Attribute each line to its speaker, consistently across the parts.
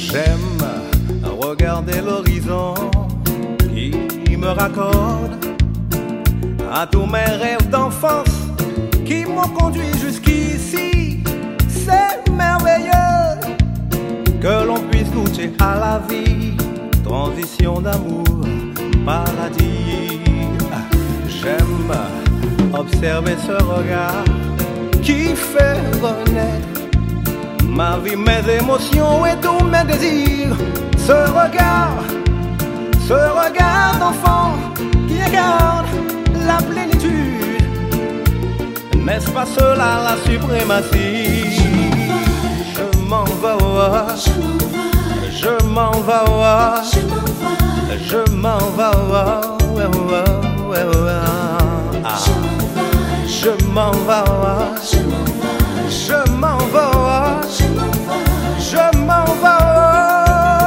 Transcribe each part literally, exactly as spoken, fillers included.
Speaker 1: J'aime regarder l'horizon qui me raccorde à tous mes rêves d'enfance qui m'ont conduit jusqu'ici. C'est merveilleux que l'on puisse goûter à la vie, transition d'amour, paradis. J'aime observer ce regard qui fait renaître ma vie, mes émotions et tous mes désirs. Ce regard, ce regard d'enfant qui incarne la plénitude. N'est-ce pas cela la suprématie? Je m'en vais, je m'en vais, je m'en vais, je m'en vais, je m'en vais, je m'en vais.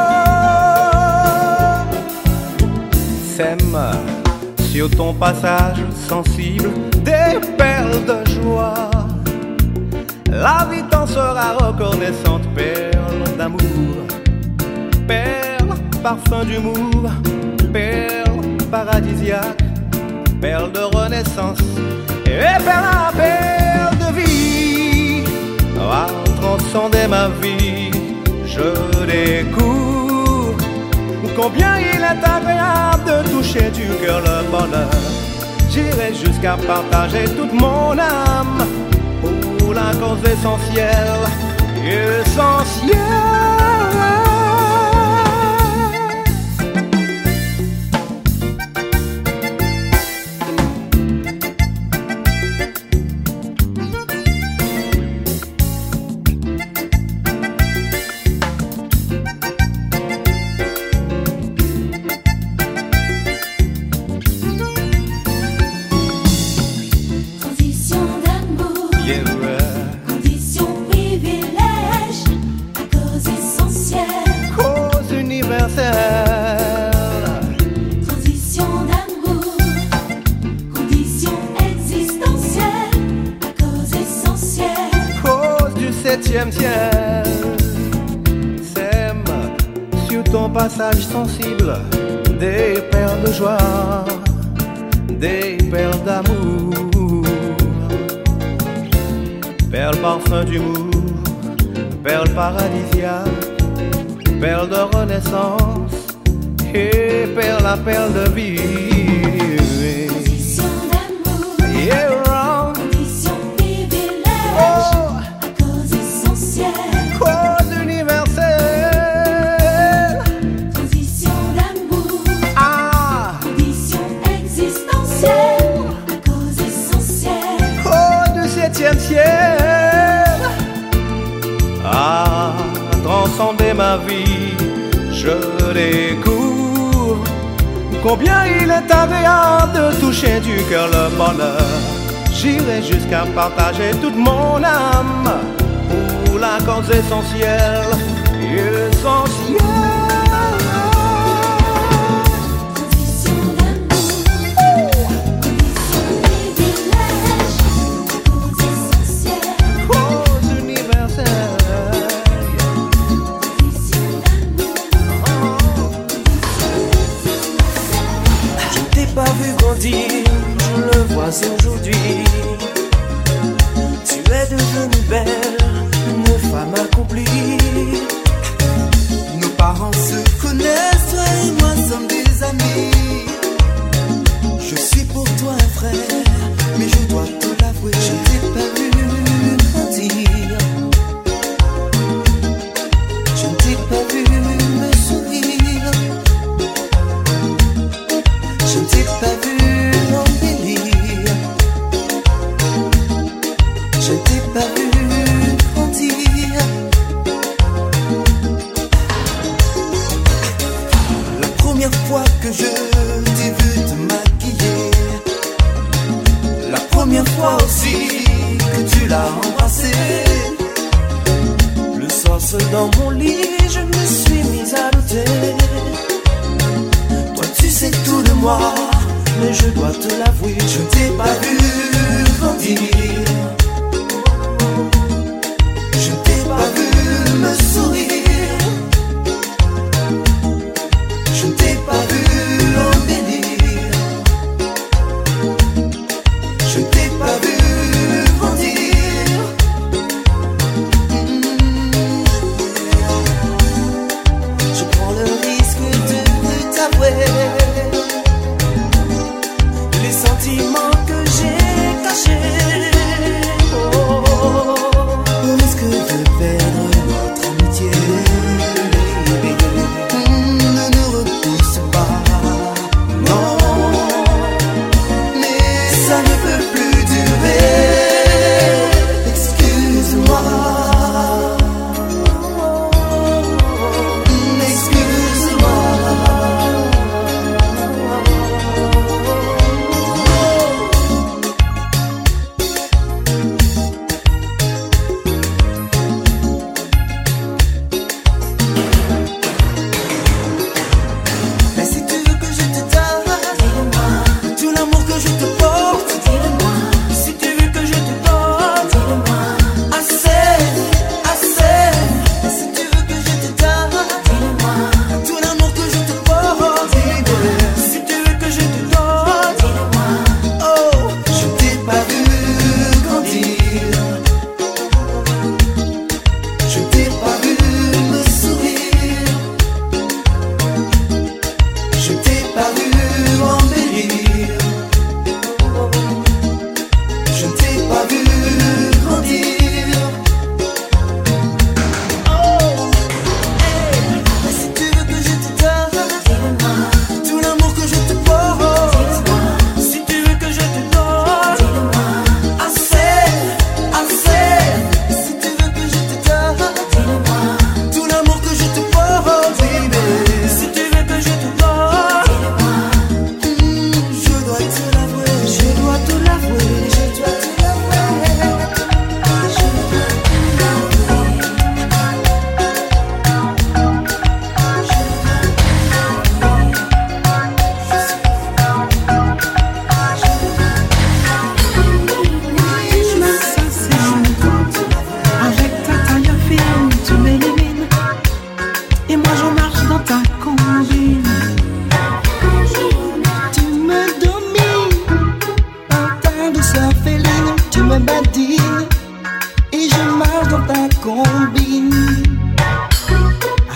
Speaker 1: Sème sur ton passage sensible des perles de joie. La vie t'en sera reconnaissante, perle d'amour, perle parfum d'humour, perle paradisiaque, perle de renaissance et perle à perle de vie. À transcender ma vie, je découvre combien il est agréable de toucher du cœur le bonheur. J'irai jusqu'à partager toute mon âme pour la cause essentielle, essentielle.
Speaker 2: Transition d'amour, condition existentielle, cause essentielle,
Speaker 1: cause du septième ciel. Sème sur ton passage sensible des perles de joie, des perles d'amour, perles parfum d'humour, perles paradisiaques, perle de renaissance et perle à perle de vie.
Speaker 2: Condition d'amour,
Speaker 1: yeah,
Speaker 2: condition privilège,
Speaker 1: oh,
Speaker 2: cause essentielle,
Speaker 1: cause universelle.
Speaker 2: Transition d'amour,
Speaker 1: Ah,
Speaker 2: condition existentielle, cause essentielle,
Speaker 1: cause du septième ciel. Ah, transcender ma vie, je découvre combien il est agréable de toucher du cœur le bonheur. J'irai jusqu'à partager toute mon âme pour la cause essentielle, essentielle.
Speaker 3: Pas vu grandir, je le vois aujourd'hui. Tu es devenue belle, une femme accomplie.
Speaker 4: Nos parents se connaissent, toi et moi sommes des amis. Je suis pour toi un frère, mais je dois te l'avouer, je ne t'ai pas vu grandir. Je ne t'ai pas vu me sourire. Je ne t'ai pas vu embellir. Je ne t'ai pas vu grandir. La première fois que je t'ai vu te maquiller, la première fois aussi que tu l'as embrassé, le soir seul dans mon lit, je me suis mise à douter. Tu sais tout de moi, mais je dois te l'avouer, je ne t'ai pas vu grandir. Je ne t'ai pas vu me sourire.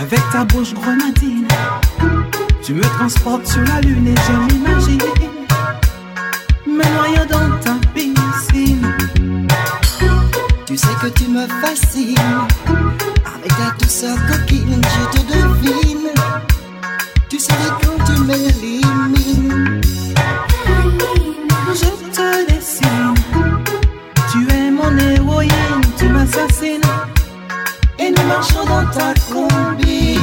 Speaker 5: Avec ta bouche grenadine, tu me transportes sur la lune et je m'imagine me noyant dans ta piscine.
Speaker 4: Tu sais que tu me fascines, avec ta douceur coquine, je te devine. Tu sais quand tu m'élimines,
Speaker 5: je te dessine. Tu es mon héroïne, tu m'assassines, et nous marchons dans ta combine.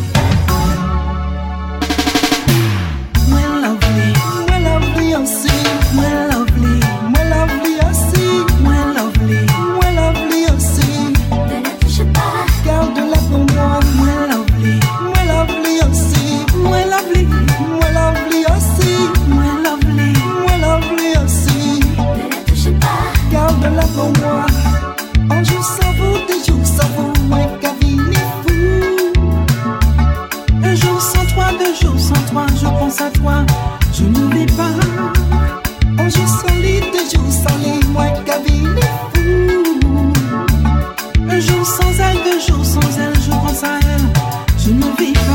Speaker 5: Moi lovely,
Speaker 4: moi lovely aussi,
Speaker 5: moi lovely,
Speaker 4: moi lovely aussi,
Speaker 5: moi lovely,
Speaker 4: moi lovely aussi.
Speaker 2: Ne la touche pas,
Speaker 4: Garde-la pour moi,
Speaker 5: moi lovely,
Speaker 4: moi lovely aussi,
Speaker 5: moi lovely,
Speaker 4: moi lovely aussi,
Speaker 5: moi lovely,
Speaker 4: moi lovely aussi.
Speaker 2: ne la touche pas,
Speaker 4: Garde-la pour moi. Un jour sans vous, des jours sans vous, moi Kavini fou.
Speaker 5: un jour sans toi, deux jours sans toi, je pense à toi, je n'oublie pas.
Speaker 4: Un jour sans lit, deux jours sans lit, moi Kavini fou.
Speaker 5: Un jour sans elle, deux jours sans elle, je pense à elle, je n'oublie pas.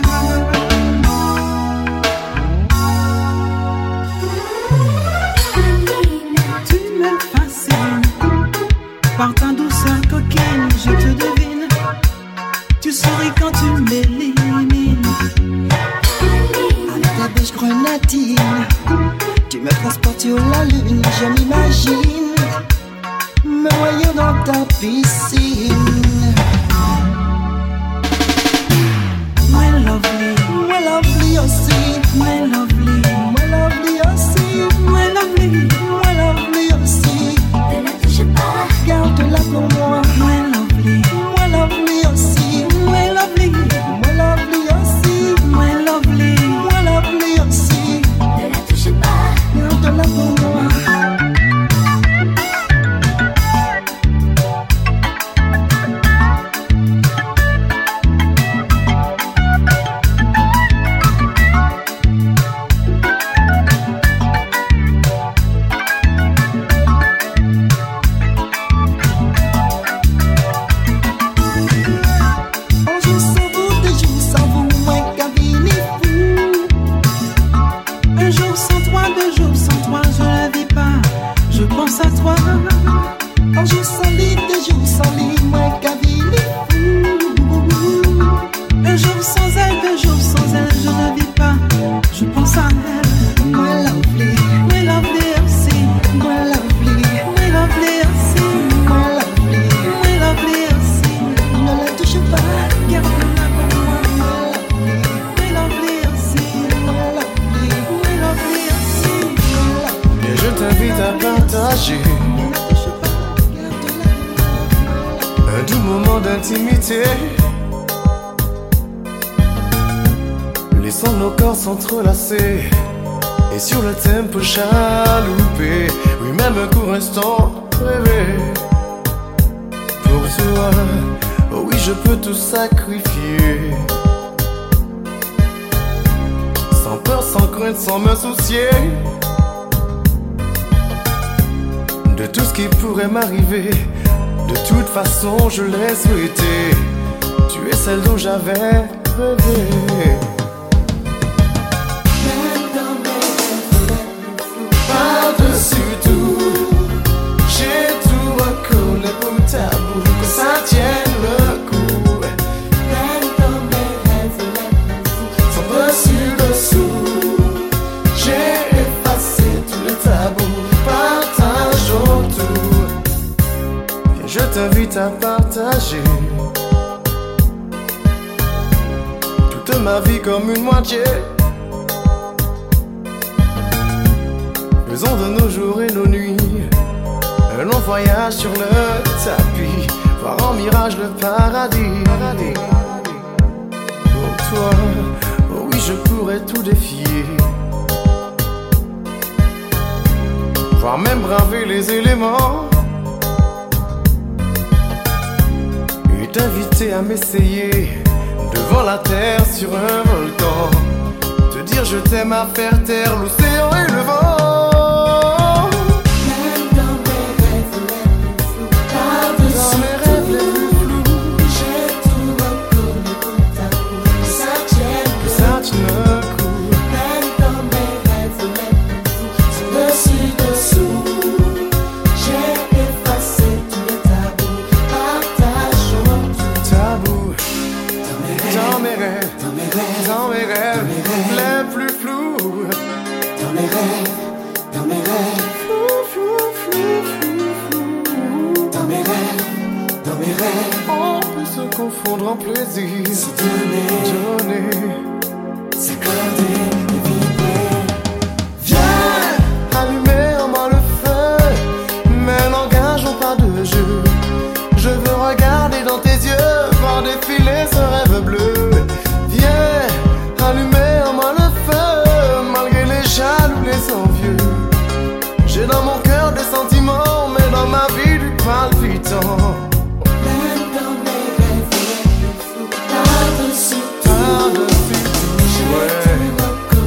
Speaker 5: Tu me fascines, par ta douceur coquine, je te devine. Tu souris quand tu m'élimines.
Speaker 4: Avec ta bouche grenadine, tu me transportes sur la lune, je m'imagine me noyant dans ta piscine.
Speaker 5: Moi lovely,
Speaker 4: Moi lovely aussi,
Speaker 5: moi lovely,
Speaker 4: moi lovely aussi,
Speaker 5: moi lovely,
Speaker 4: moi lovely aussi.
Speaker 2: ne la touche pas,
Speaker 4: Garde-la pour moi,
Speaker 5: moi lovely,
Speaker 4: moi lovely aussi,
Speaker 5: moi lovely,
Speaker 4: moi lovely aussi,
Speaker 5: moi lovely.
Speaker 4: moi lovely aussi.
Speaker 2: ne la touche pas,
Speaker 4: Garde-la pour moi. Un jour sans vous, deux jours sans vous, moi Kavini fou.
Speaker 5: Un jour sans toi, deux jours sans toi, je ne vis pas, je pense à toi.
Speaker 4: Un jour sans lit, deux jours sans lit, moi Kavini fou.
Speaker 5: Un jour sans elle, deux jours sans elle, je ne vis pas, je pense à elle.
Speaker 4: Moi lovely,
Speaker 5: My lovely aussi,
Speaker 4: moi lovely,
Speaker 5: my lovely aussi,
Speaker 4: moi lovely.
Speaker 5: my lovely aussi.
Speaker 4: Ne la touche pas,
Speaker 5: Garde-la pour moi,
Speaker 4: moi lovely,
Speaker 5: my lovely aussi,
Speaker 4: moi lovely,
Speaker 5: my lovely aussi.
Speaker 4: moi lovely.
Speaker 1: Et je t'invite à partager
Speaker 4: Ne la touche pas, garde-la.
Speaker 1: un doux moment d'intimité. Laissons nos corps s'entrelacer et sur le tempo chaloupé. Oui, même un court instant rêver. Pour toi, oh oui, je peux tout sacrifier. Sans peur, sans crainte, sans me soucier de tout ce qui pourrait m'arriver. De toute façon, je l'ai souhaité. Tu es celle dont j'avais rêvé. Par-dessus tout, j'ai tout recollé pour tabou, que ça tienne le coup. Sans dessus dessous, j'ai effacé tous les tabous. Partageons tout, et je t'invite à partager toute ma vie comme une moitié. Faisons de nos jours et nos nuits un long voyage sur le tapis, voir en mirage le paradis. Pour toi, oh oui, je pourrais tout défier, voire même braver les éléments, et t'inviter à m'essayer devant la terre sur un volcan, te dire je t'aime à faire taire l'océan et le vent. Dans mes rêves les plus flous, j'ai tout recollé pour répondre en plaisir.
Speaker 3: Se donner,
Speaker 1: Donner,
Speaker 3: s'accorder et vibrer.
Speaker 1: viens, allumer en moi le feu, mais n'engageons pas de jeu. Je veux regarder dans tes yeux, voir défiler ce rêve bleu. Viens, allumer en moi le feu, malgré les jaloux, les envieux. J'ai dans mon cœur des sentiments, mais dans ma vie du palpitant.
Speaker 2: Même dans mes rêves les plus fous, par-dessus tout,
Speaker 1: Par-dessus tout,
Speaker 2: je
Speaker 1: ouais.
Speaker 2: te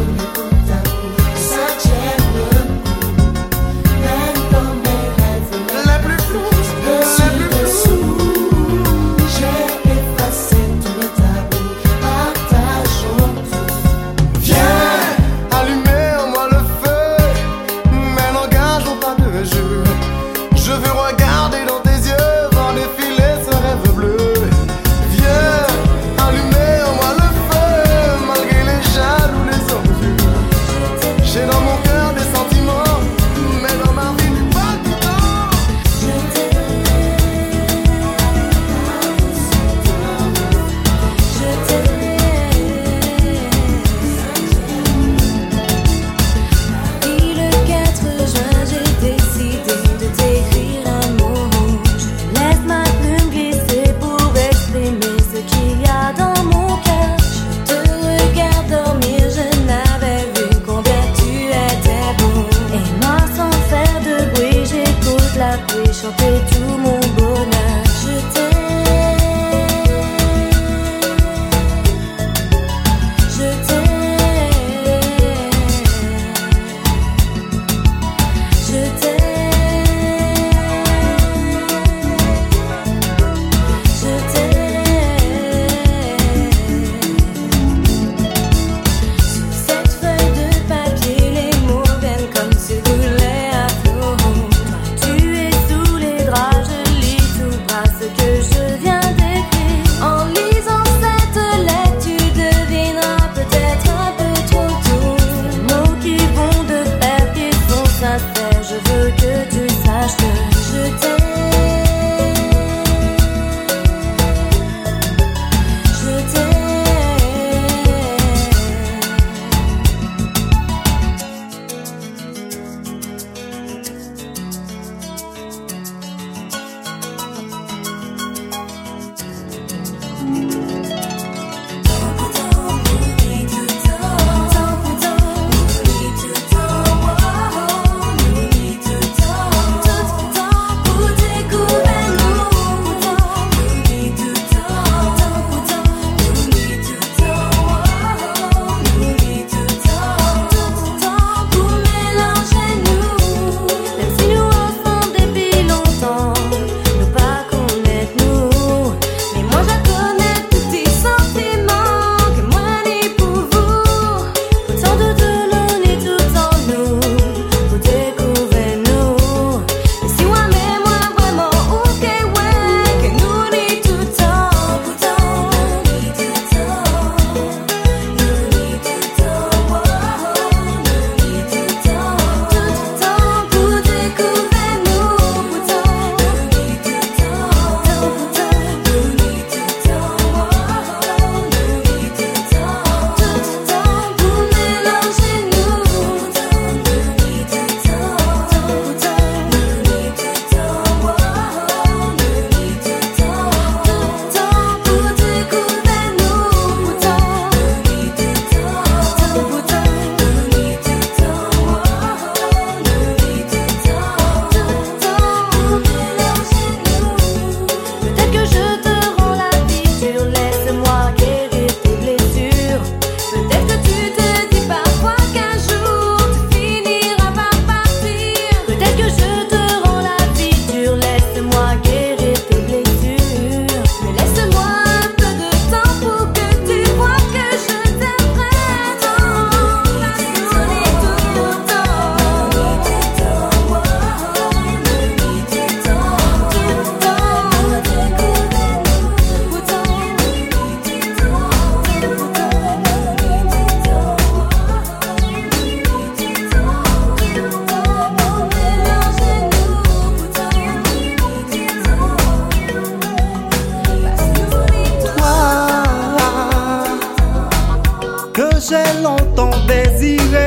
Speaker 1: j'ai longtemps désiré,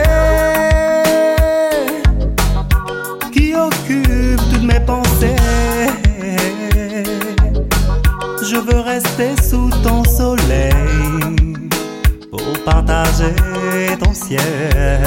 Speaker 1: qui occupe toutes mes pensées. Je veux rester sous ton soleil pour partager ton ciel.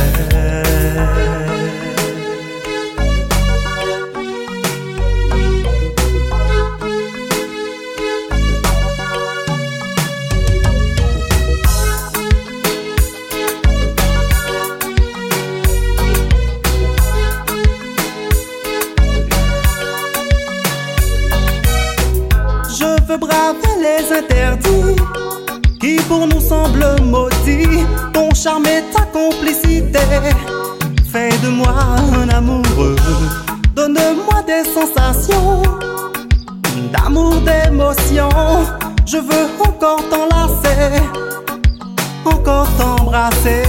Speaker 1: Je veux braver les interdits qui pour nous semblent maudits. Ton charme et ta complicité, fais de moi un amoureux. Donne-moi des sensations d'amour, d'émotion. Je veux encore t'enlacer, encore t'embrasser.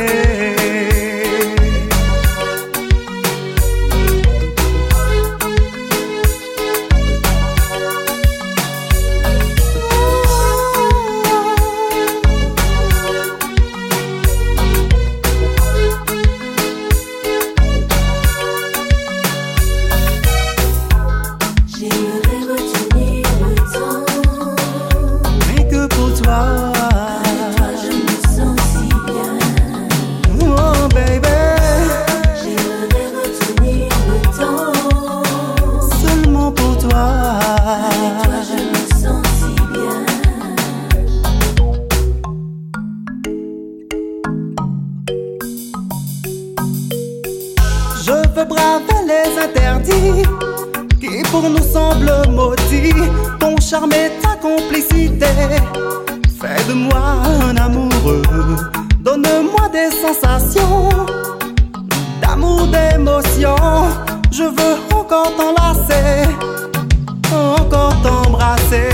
Speaker 1: Je veux braver les interdits qui pour nous semblent maudits. Ton charme et ta complicité, fais de moi un amoureux. Donne-moi des sensations d'amour, d'émotion. Je veux encore t'enlacer, encore t'embrasser.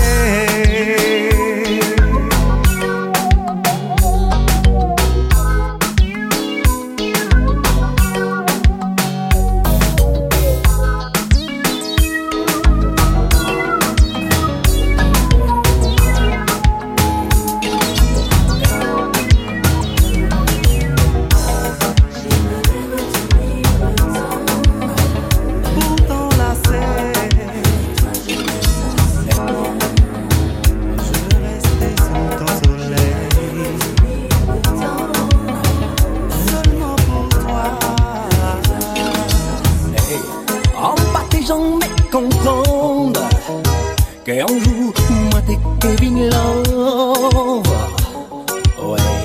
Speaker 6: Comprendre qu'un jour moi t'es Kevin Love, ouais,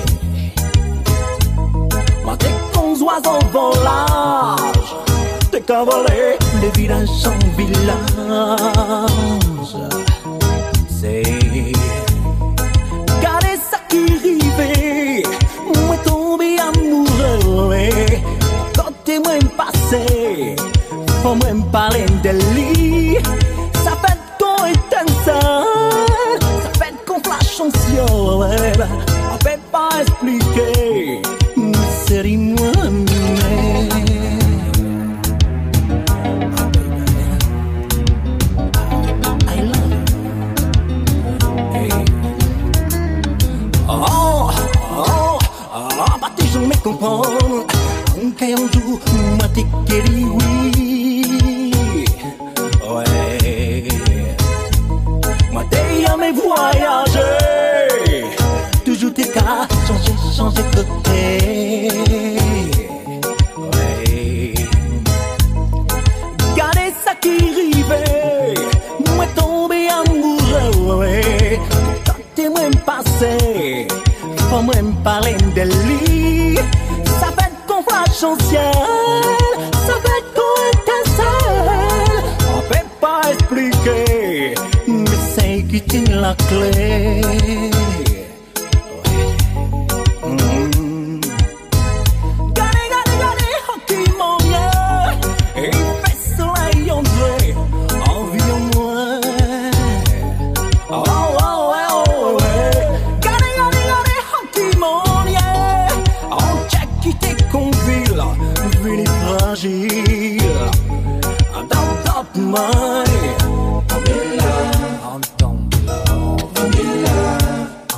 Speaker 6: moi t'es qu'on oiseaux volage, t'es cavalé de village en village, c'est garder ça qui rivait, moi tombé amoureux, ouais, quand t'es moins passé. Faut même parler de lui. Ça fait qu'on étincelle, ça fait qu'on flash en ciel. On peut pas expliquer, mais c'est moi-même. I love you. Hey. Oh, oh, oh, bah t'es jamais comprendre. Qu'un jour, moi t'es guéri, oui. Voyager, toujours tes cas, changer, changer de côté. Ouais. Gardez ça qui rivait, moi tombé amoureux. Ouais. Quand t'es moins passé, faut même parler de lui. Ça fait qu'on flash en ciel, ça fait qu'on étincelle. On peut pas expliquer. Qui tient la clé. Mm. Gardez, gardez, gardez, oh qui m'en vient. Et il fait soleil en vrai, envie en moi. Oh, oh, oh, oh, ouais. Gardez, gardez, gardez, oh qui m'en vient. On check qui t'est conville, ville fragile. Dans top mind.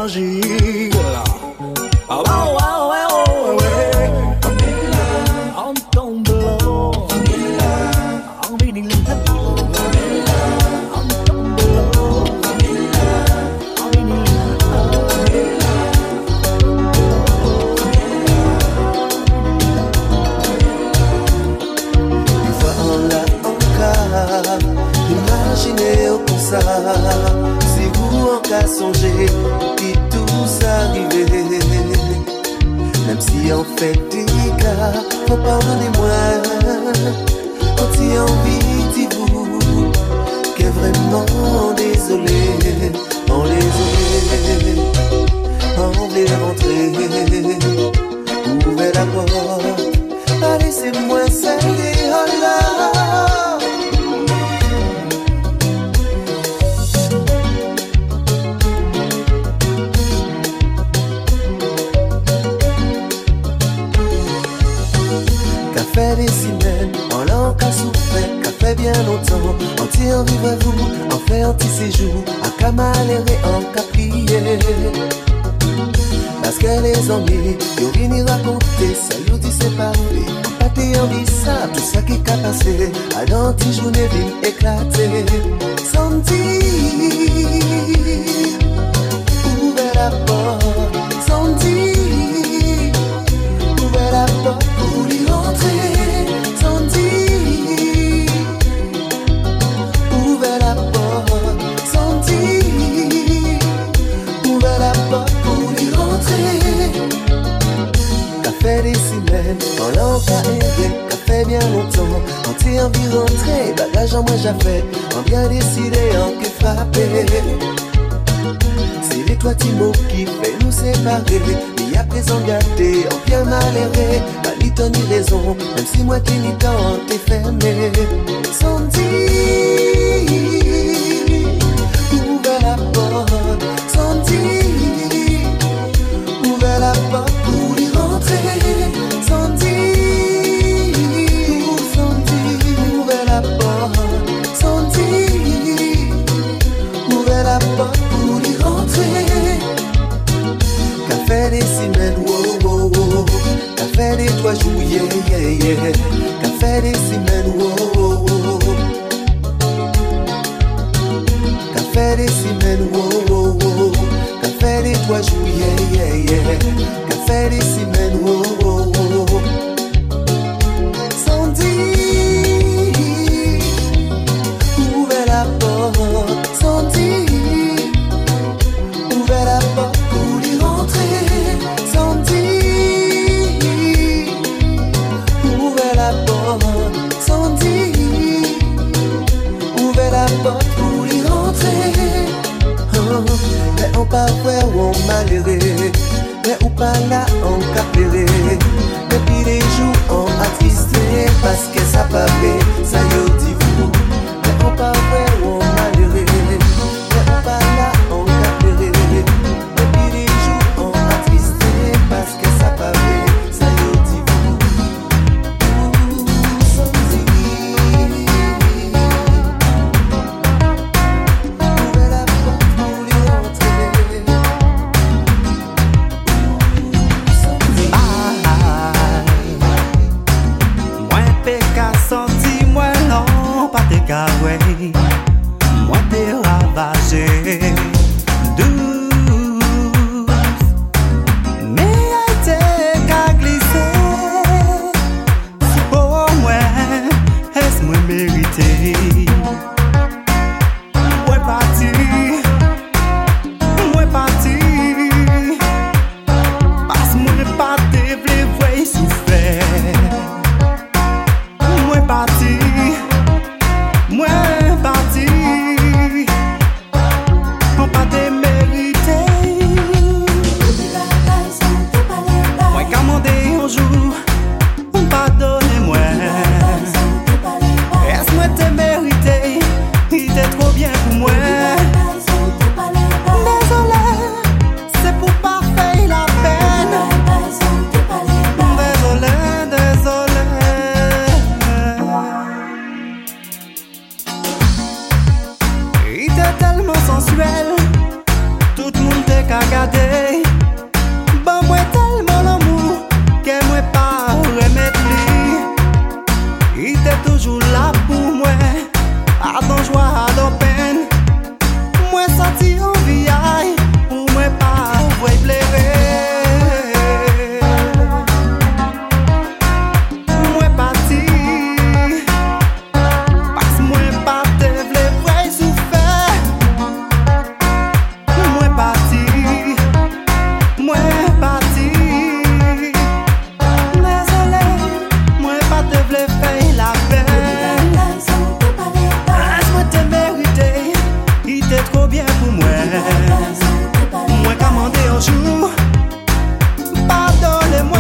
Speaker 6: fragile. Ah, ouais, ouais, ouais, ouais. On tombe l'eau. On vinyle. On tombe l'eau. On vinyle.
Speaker 4: Des fois on l'a encore imaginé au comme ça. Si vous en cas songez qui tous arrivés. Même si on fait des cas, faut pardonnez-moi. Quand il y a envie, dis-vous qu'est vraiment désolé. On les oublie, on les rentrer. Ouvrez la porte, pas laissez-moi salir, oh là. Fait des semaines, en l'an qu'a souffert, qu'a fait bien longtemps. En tire vivre vous, en fait un petit séjour, à camalérer, en caprier. Parce que les amis, ils viennent raconter, ça nous dit c'est parfait. En pâté envie ça, tout ça qui qu'a passé, à l'anti journée vient éclater. Senti, ouvert la porte, senti, ouvert la porte pour y rentrer. Fait des semaines, en l'an qu'a erré, qu'a fait bien longtemps. En t'y envie rentrer, bagage en moi j'ai fait, en bien décidé, en qu'est frappé. C'est les toi Timo qui fait nous séparer, mais à présent gâté, en bien malheureux. Pas ni ton ni raison, même si moi qui ni temps t'es fermé. Senti, ouvert la porte, senti, ouvert la porte pour y rentrer. Senti, senti, ouvert la porte, senti, ouvert la porte pour y rentrer. Qu'a fait des semaines, wow, wow, wow. Qu'a fait des trois jours, yeah, yeah, yeah. Qu'a fait des semaines, wow, wow, wow. Qu'a fait des semaines, wow, wow, wow. Qu'a fait des trois jours, yeah, yeah, yeah. Qu'a fait des semaines, wow, wow, wow. Senti, ouvert la porte, senti, ouvert la porte pour y rentrer. Senti, ouvert la porte, senti, ouvert la porte pour y rentrer. Oh, mais on pas vrai ou on malheureux, mais ou pas là on capéré. Depuis les jours on attristé parce que ça pas vrai, ça y dit vous. Mais on pas vrai ou on malheureux, mais ou pas là on capéré. Depuis les jours on attristé parce que ça pas vrai, ça y dit vous. Ouvrez la porte pour y rentrer.
Speaker 6: Moins péca senti moins long.
Speaker 1: qu'à garder. Bon, moi tellement l'amour que moi pas remettre lui. Il était toujours là pour moi, à ton joie, à ton peine. Moi senti envie, aïe, pour moi pas pouvoir pleurer. Moi parti, parce moi pas te vle vrai souffert. Moi parti, moi parti. Désolé, moi pas te vle faire la peine. Laisse-moi te mériter, il était trop bien pour moi. Moi commandé un jour, pardonnez-moi.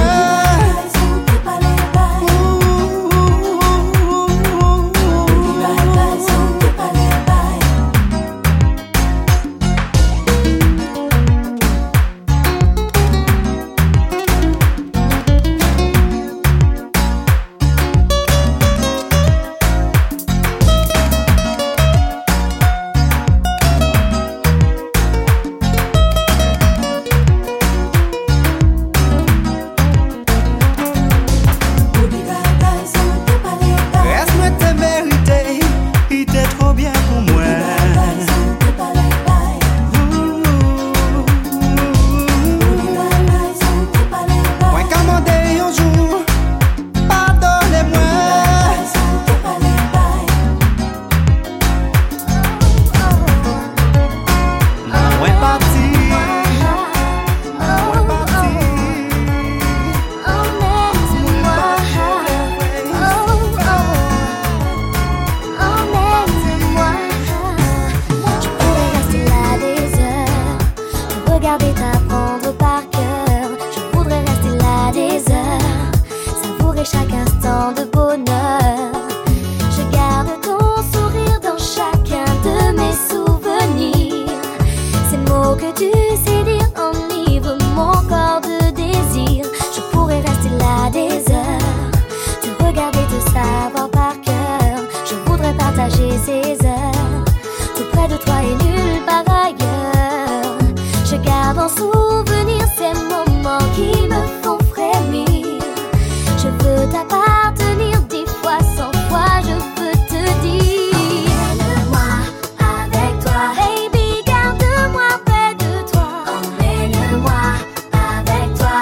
Speaker 1: Laisse-moi te mériter, il était trop bien pour moi. Moi commandé un jour, pardonnez-moi. Moi parti, moi parti.
Speaker 7: Je pourrais rester là des heures, te regarder t'apprendre par cœur. Je voudrais rester là des heures, savourer chaque instant de bonheur. Je garde ton sourire dans chacun de mes souvenirs. Ces mots que tu sais dire enivrent mon corps de désir. Je pourrais rester là des heures, te regarder, te savoir par cœur. Je voudrais partager ces heures tout près de toi et nulle part ailleurs. Je garde en souvenir ces moments qui me font frémir. Je veux t'appartenir dix fois, cent fois, je veux te dire. Emmène-moi avec toi, baby, garde-moi près de toi. Emmène-moi avec toi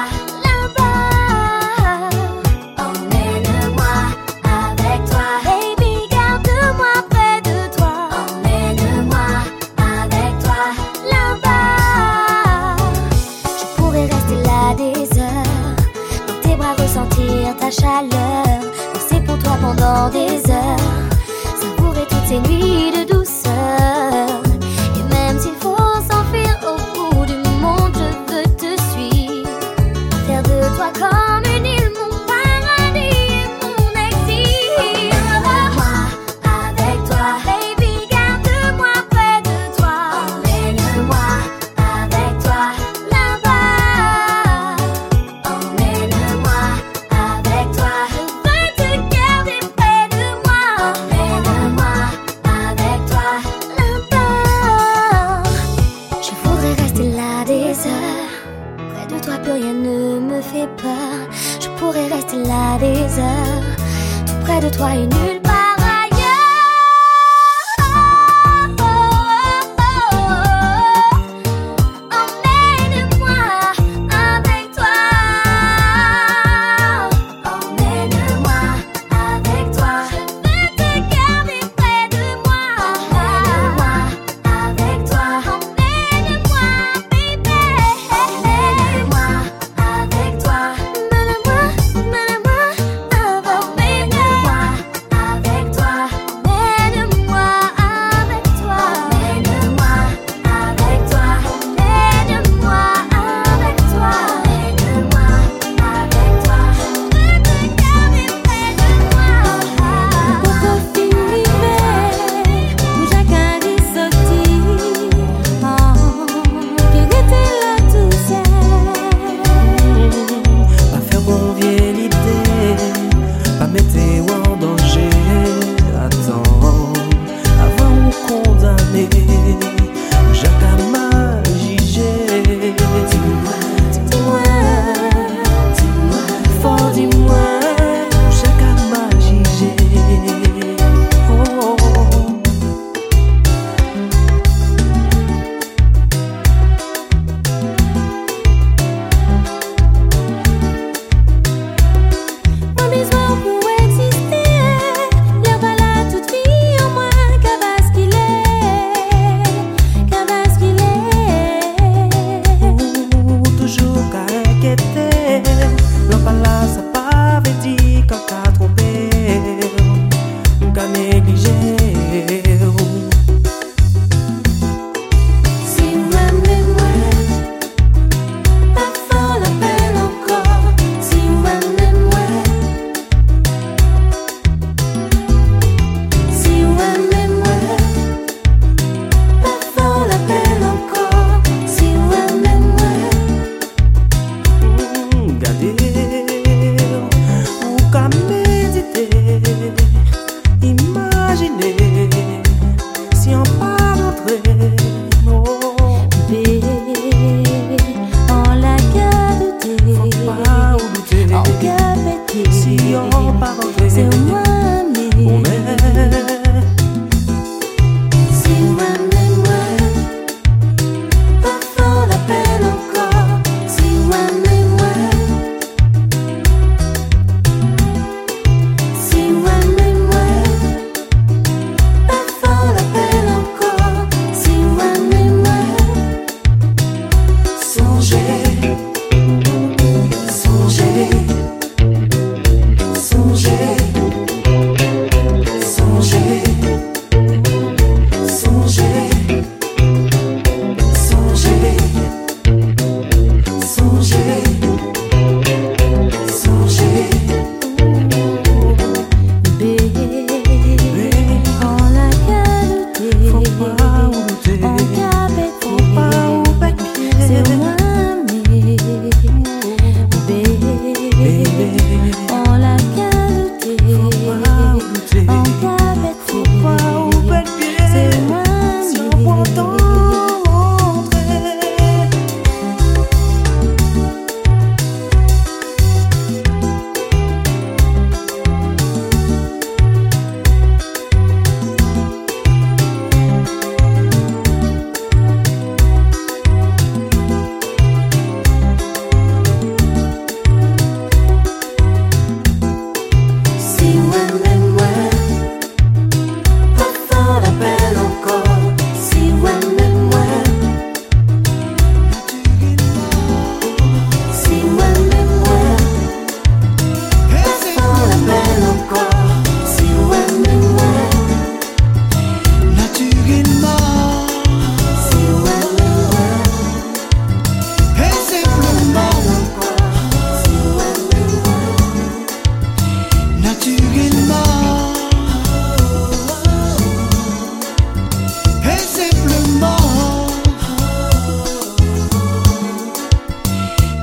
Speaker 7: là-bas. Emmène-moi avec toi, baby, garde-moi près de toi. Emmène-moi avec toi là-bas. Je pourrais rester là des heures, dans tes bras ressentir ta chaleur, danser pour toi pendant des heures, savourer toutes ces nuits de douceur. Et même s'il faut s'enfuir au bout du monde, je veux te suivre, faire de toi comme une île, mon paradis et mon exil. Emmène-moi avec toi, baby, garde-moi près de toi. Emmène-moi avec toi là-bas. Emmène-moi avec toi, je veux te garder près de moi. Emmène-moi avec toi là-bas. Je voudrais rester là des heures, près de toi plus rien ne me fait peur. Je pourrais rester là des heures, tout près de toi et nulle part ailleurs. Emmène-moi avec toi. Emmène-moi avec toi, je veux te garder près de moi. Emmène-moi avec toi. Emmène-moi, baby. Emmène-moi avec toi. Emmène-moi, emmène-moi avec toi. Emmène-moi avec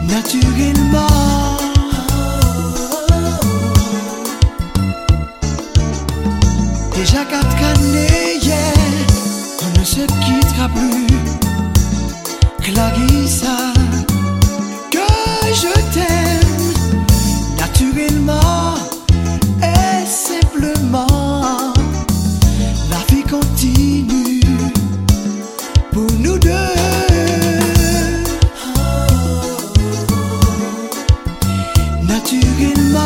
Speaker 4: naturellement. Déjà quatre années, yeah, on ne se quittera plus. Clarissa, que je t'aime naturellement et simplement. La vie continue pour nous deux. Naturellement.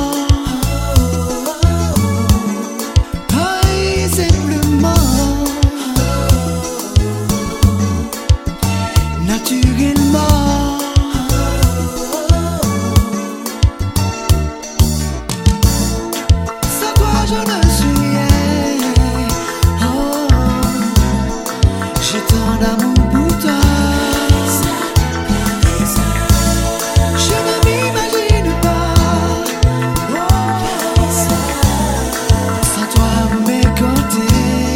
Speaker 4: Naturellement, sans toi je ne suis rien. Oh, j'ai tant d'amour pour toi. Je ne m'imagine pas. Oh, sans toi à mes côtés.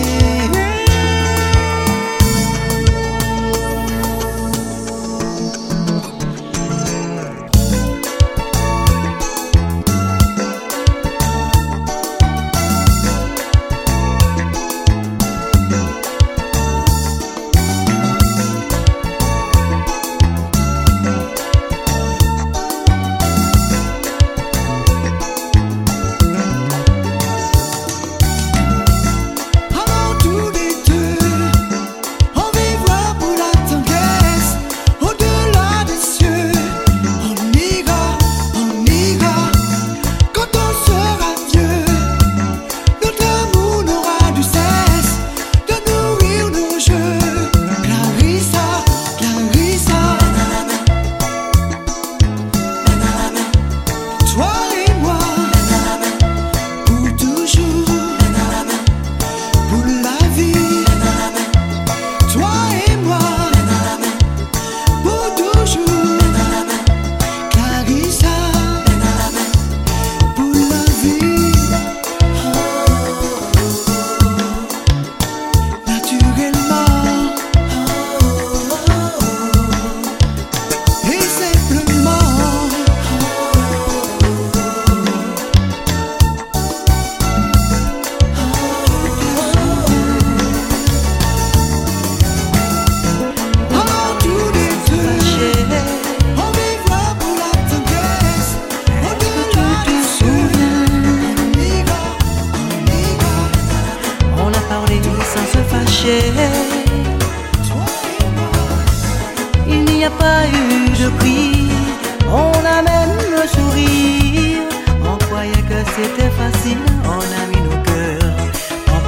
Speaker 8: Il n'y a pas eu de cri, on a même le sourire. On croyait que c'était facile, on a mis nos cœurs en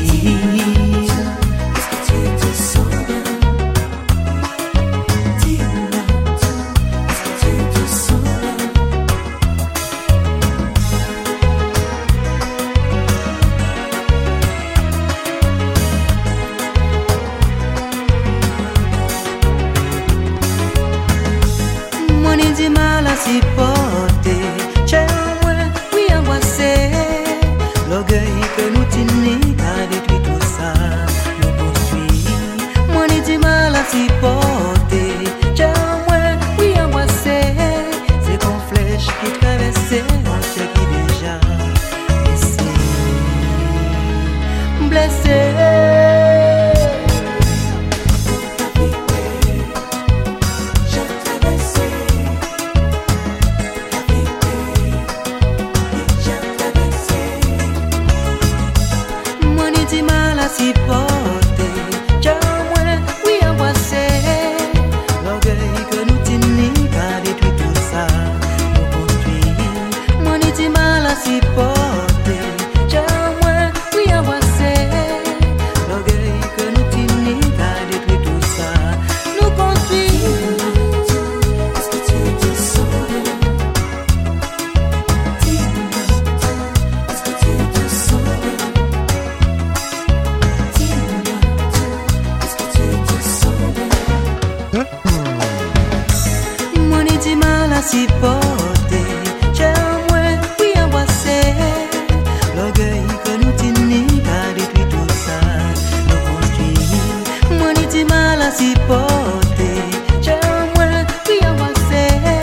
Speaker 8: péril. Est-ce que tu te sens bien? Dis-moi, est-ce que tu te sens bien? Mon dit mal à s'y porter, j'ai moi, oui embrassé. L'orgueil que nous tenons a détruit tout ça, nous construit. Mon dit mal à s'y porter, j'ai moi, oui embrassé. C'est comme flèche qui traversait, on sait qui déjà blessé, blessé. Si porter, j'ai moi, oui embrasser. L'orgueil que nous tenons pas détruit tout ça, nous construit. Mon dit mal à si porter, j'ai moi, oui embrasser. L'orgueil que nous tenons pas détruit tout ça, nous construit. Est-ce que tu te sens bien? Dis-moi, est-ce que tu te sens bien? Si porter, j'ai moi, oui embrasser. L'orgueil que nous tenons pas détruit tout ça, nous construit. Moi, ni dit mal à si porter, j'ai moi, oui embrasser.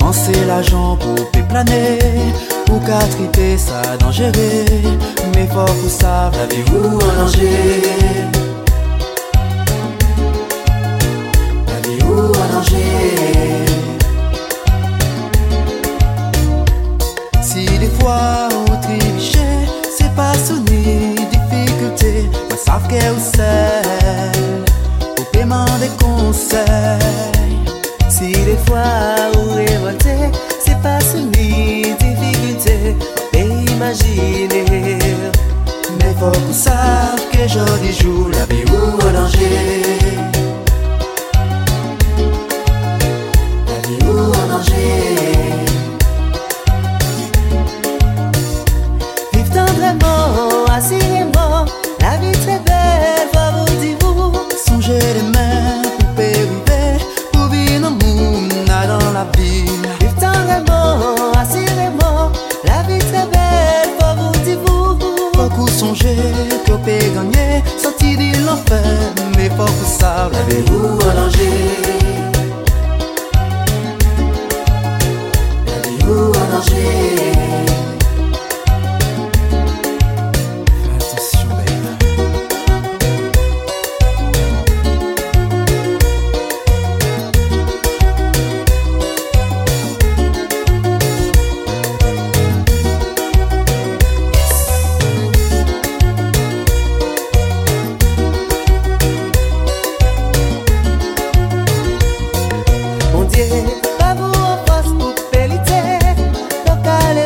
Speaker 4: penser l'argent pour planer, pour qu'à triper ça dangereux. Mais faut pour ça, la vie ou en danger. La vie ou en danger. Si des fois on trichait, c'est pas sonner difficulté. Mais savent qu'elle ou celle, au paiement des conseils. Si des fois où révolté, c'est pas soumis difficulté, mais imaginer. Mais faut qu'on sache que joli jour la vie ou en danger. La vie ou en danger. Vive tendrement, assurément, la vie très belle, va vous dire vous. Songez les mains pour périver, pour vivre dans la vie. Vive tendrement, assurément, la vie très belle, faut vous dire vous. Faut qu'on songe que vous pouvez gagner, sortir de l'enfer, mais faut qu'on sache la vie ou en danger. La vie ou en danger. Pas vous en face pour féliter, donc à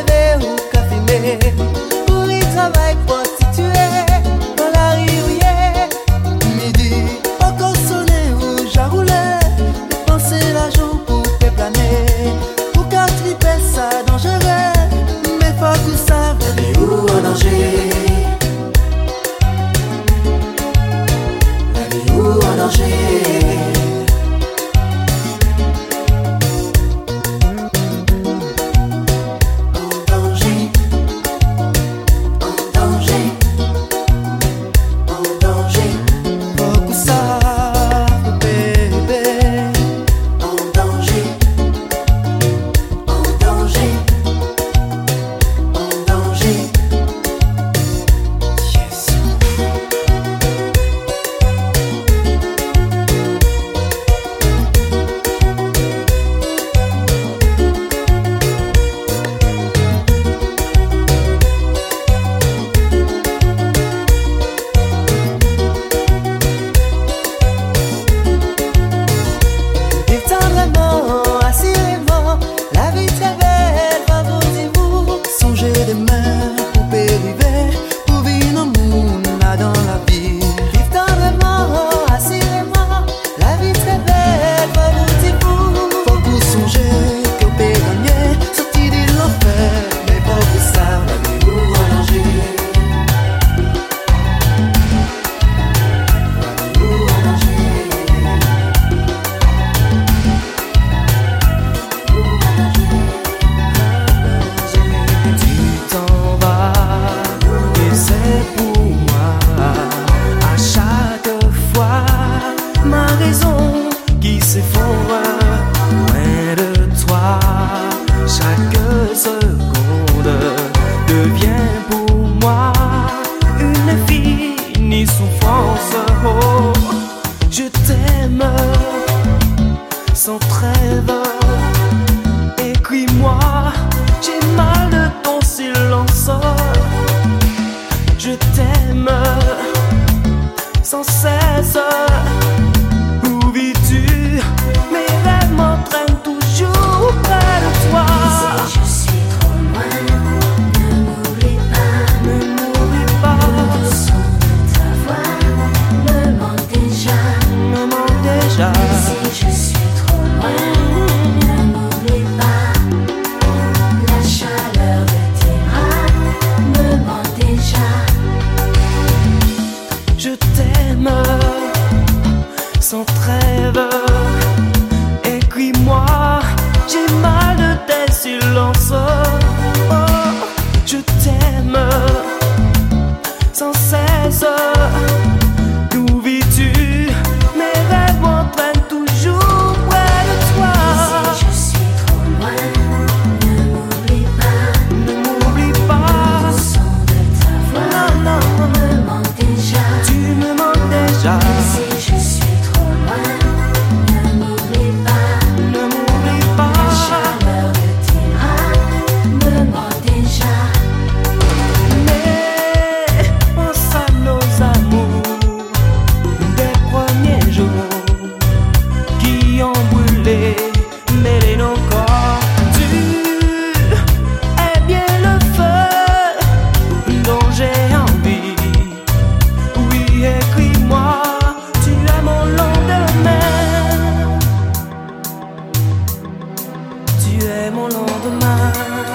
Speaker 8: es mon lendemain,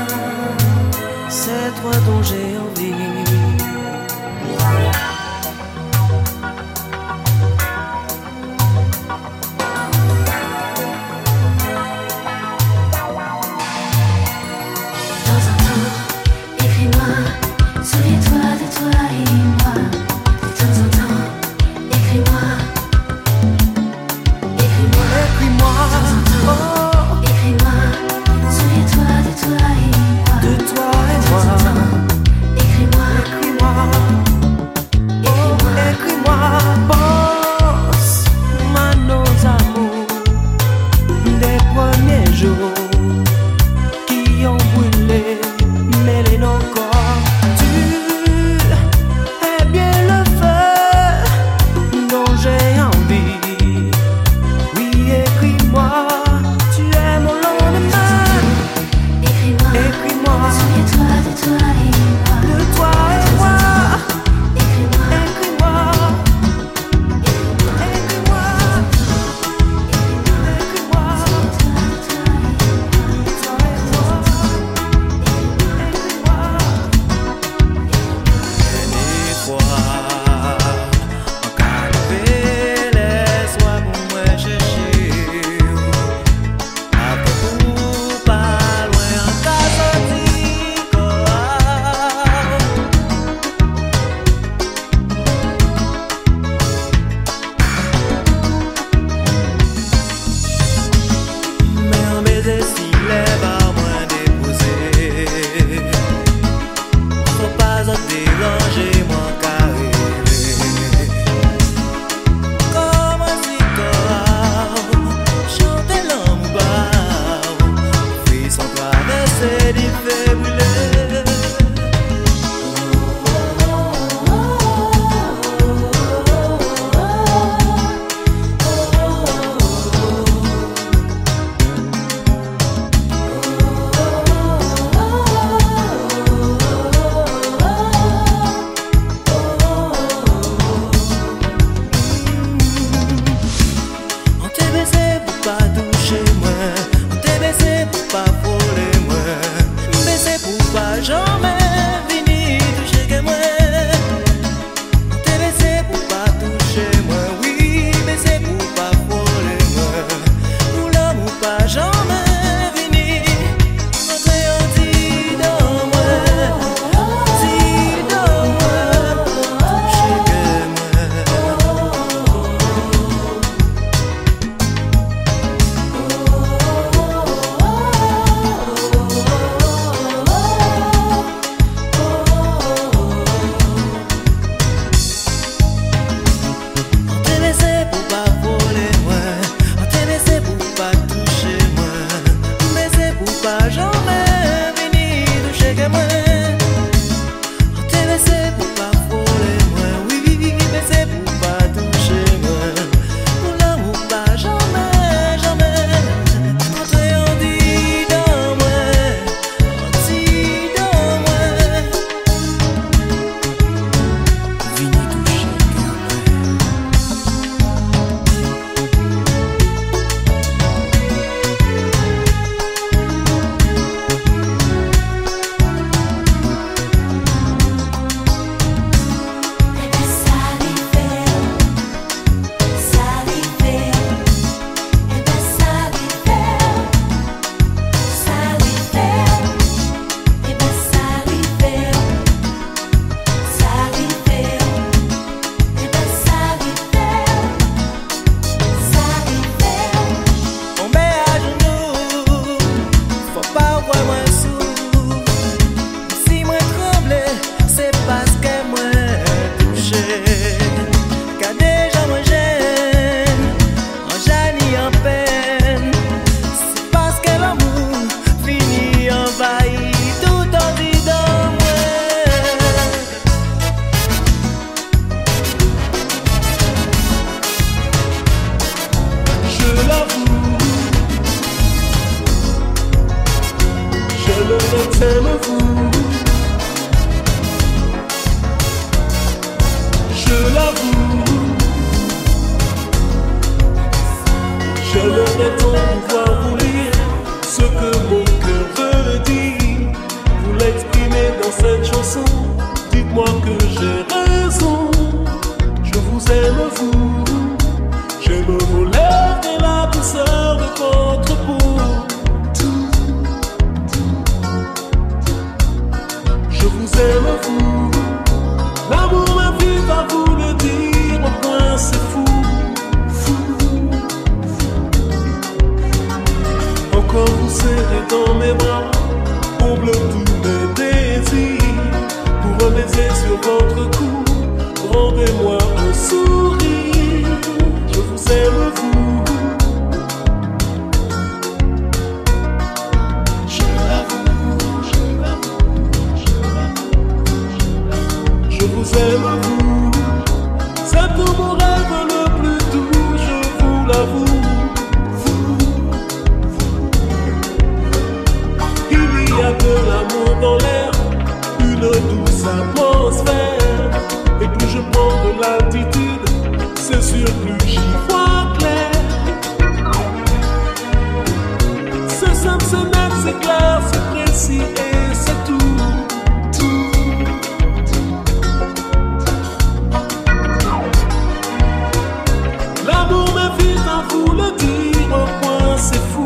Speaker 8: c'est toi dont j'ai envie.
Speaker 9: Je le détends pouvoir vous lire ce que mon cœur façon, dites-moi que j'ai raison. Je vous aime vous, j'aime vos lèvres et la douceur de votre peau. Je vous aime vous, l'amour m'invite à vous le dire, au point c'est fou, fou, fou. Encore vous serrez dans mes bras, comble tous mes désirs. Pour un baiser sur votre cou, rendez-moi un sourire. Je vous aime vous, je l'avoue, je l'avoue, je l'avoue. Je vous aime vous, c'est tout mon rêve le plus doux, je vous l'avoue. Il y a de l'amour dans l'air, une douce atmosphère. Et plus je prends de l'altitude, c'est sûr plus j'y vois clair. C'est simple, c'est net, c'est clair, c'est précis et c'est tout. L'amour m'invite à vous le dire, au point c'est fou.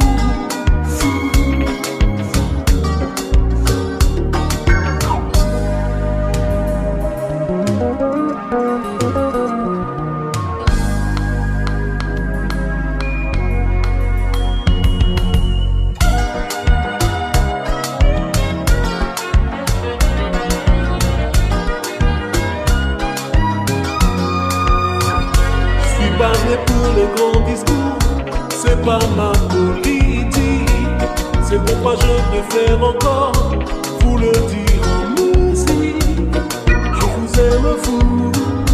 Speaker 9: Pour les grands discours, c'est pas ma politique. C'est pourquoi je préfère encore vous le dire en musique. Je vous aime vous,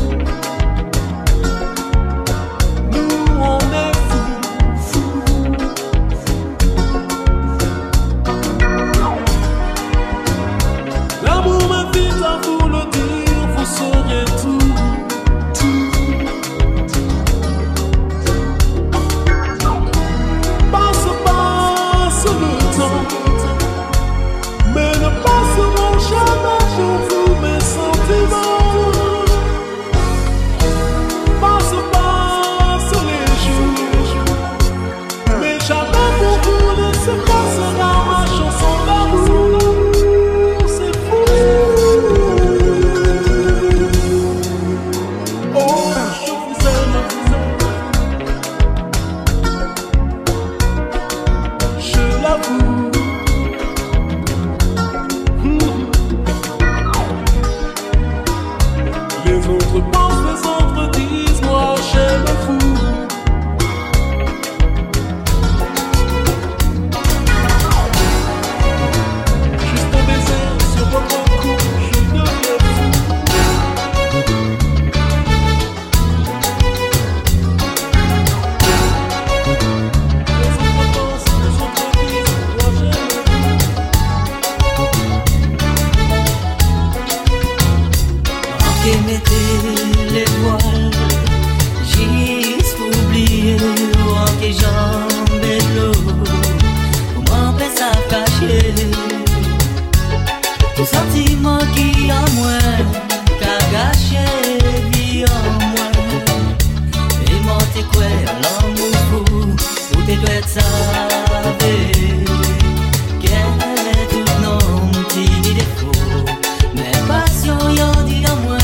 Speaker 9: nous on est fous, fous. L'amour m'invite à vous le dire, vous saurez tout. Mais ne passeront jamais sur vous mes sentiments. Passe, passe les jours, mais jamais pour vous ne se passera ma chanson d'amour. C'est fou. Oh, je vous aime, je l'avoue. Les autres pensent, les autres disent, moi j'aime vous. Juste un baiser sur votre cou, je deviens fou. Les autres pensent, les autres disent, moi j'aime vous.
Speaker 8: Et mettez les voiles, juste pour oublier que j'en ai l'eau, pour m'empêcher à cacher tout sentiment qui en moi, qu'a gâché vie en moi. Et monter quoi l'amour fou, où t'es doit être savé, qu'elle est tout non petit défaut, mais passion y'en dit en moi.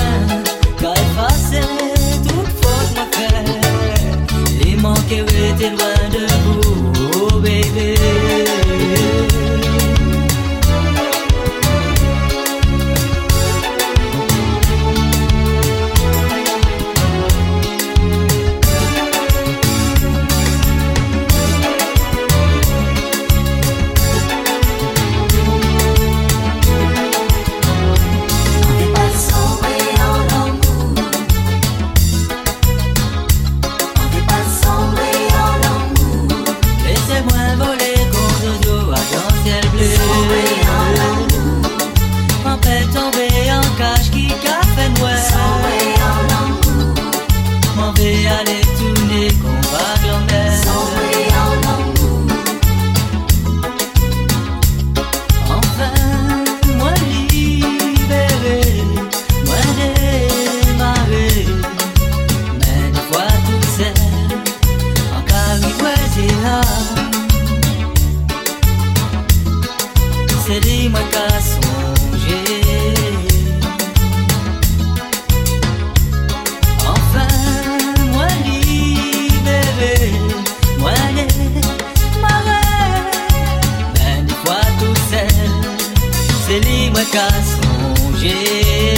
Speaker 8: Toute faute m'a fait, et manquer était loin de vous, oh bébé. moi qu'à songer. Enfin, moi libéré, moi les marins, mais des fois tout seul, c'est lui moi qu'à songer.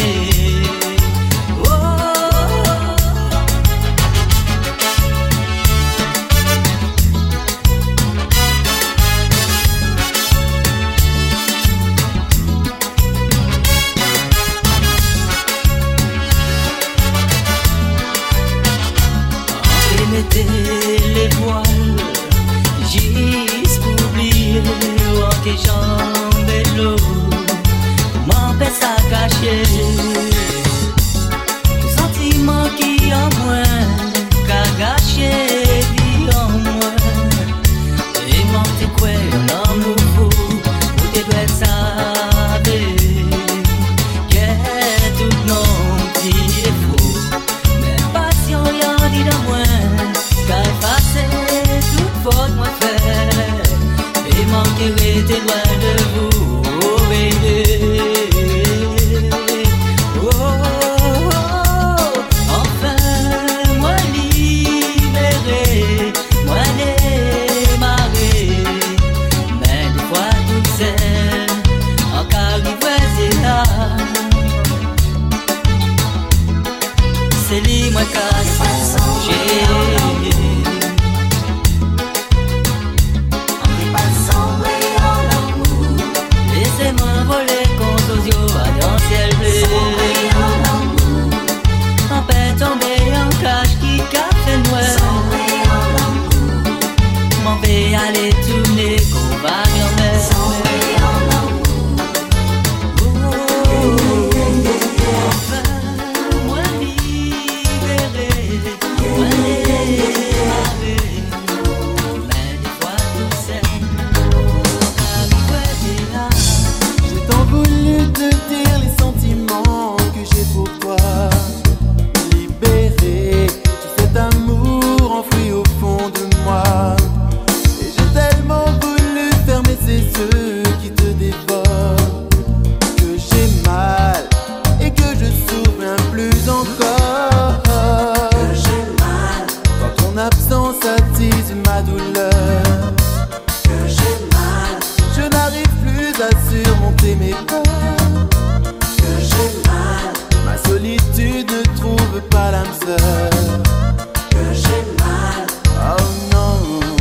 Speaker 10: Mettez les voiles, juste pour oublier que j'en ai l'eau, m'empêche à cacher le sentiment qui en moi, qu'a gâché vie en moi. Et m'en t'es quoi, l'amour fou, où t'es doit savoir que tout non petit défaut, mais passion y'en dit dans moi. Qu'a effacé toute faute moi fait et manquer était loin de vous, oh baby. Oh, oh, oh, enfin moi libéré, moi démarré, mais des fois toute seule, en carrière c'est là. C'est lui moi qu'a songé. Laissez-moi voler contre aux yeux à dans ciel bleu. En paix tomber en cage qui café noir. M'en vais aller tourner qu'on va en mer. Enfin, moi libéré, moi démarré, mais des fois tout seul.
Speaker 4: J'ai tant voulu te dire les sentiments que j'ai pour toi. Libéré tout cet amour enfoui au fond de moi. Et j'ai tellement voulu fermer ces yeux qui te dévorent, que j'ai mal et que je souffre bien plus encore. Que j'ai mal quand ton absence attise ma douleur. Que j'ai mal, je n'arrive plus à surmonter mes peurs. Que j'ai mal, ma solitude ne trouve pas l'âme sœur. Que j'ai mal, oh non.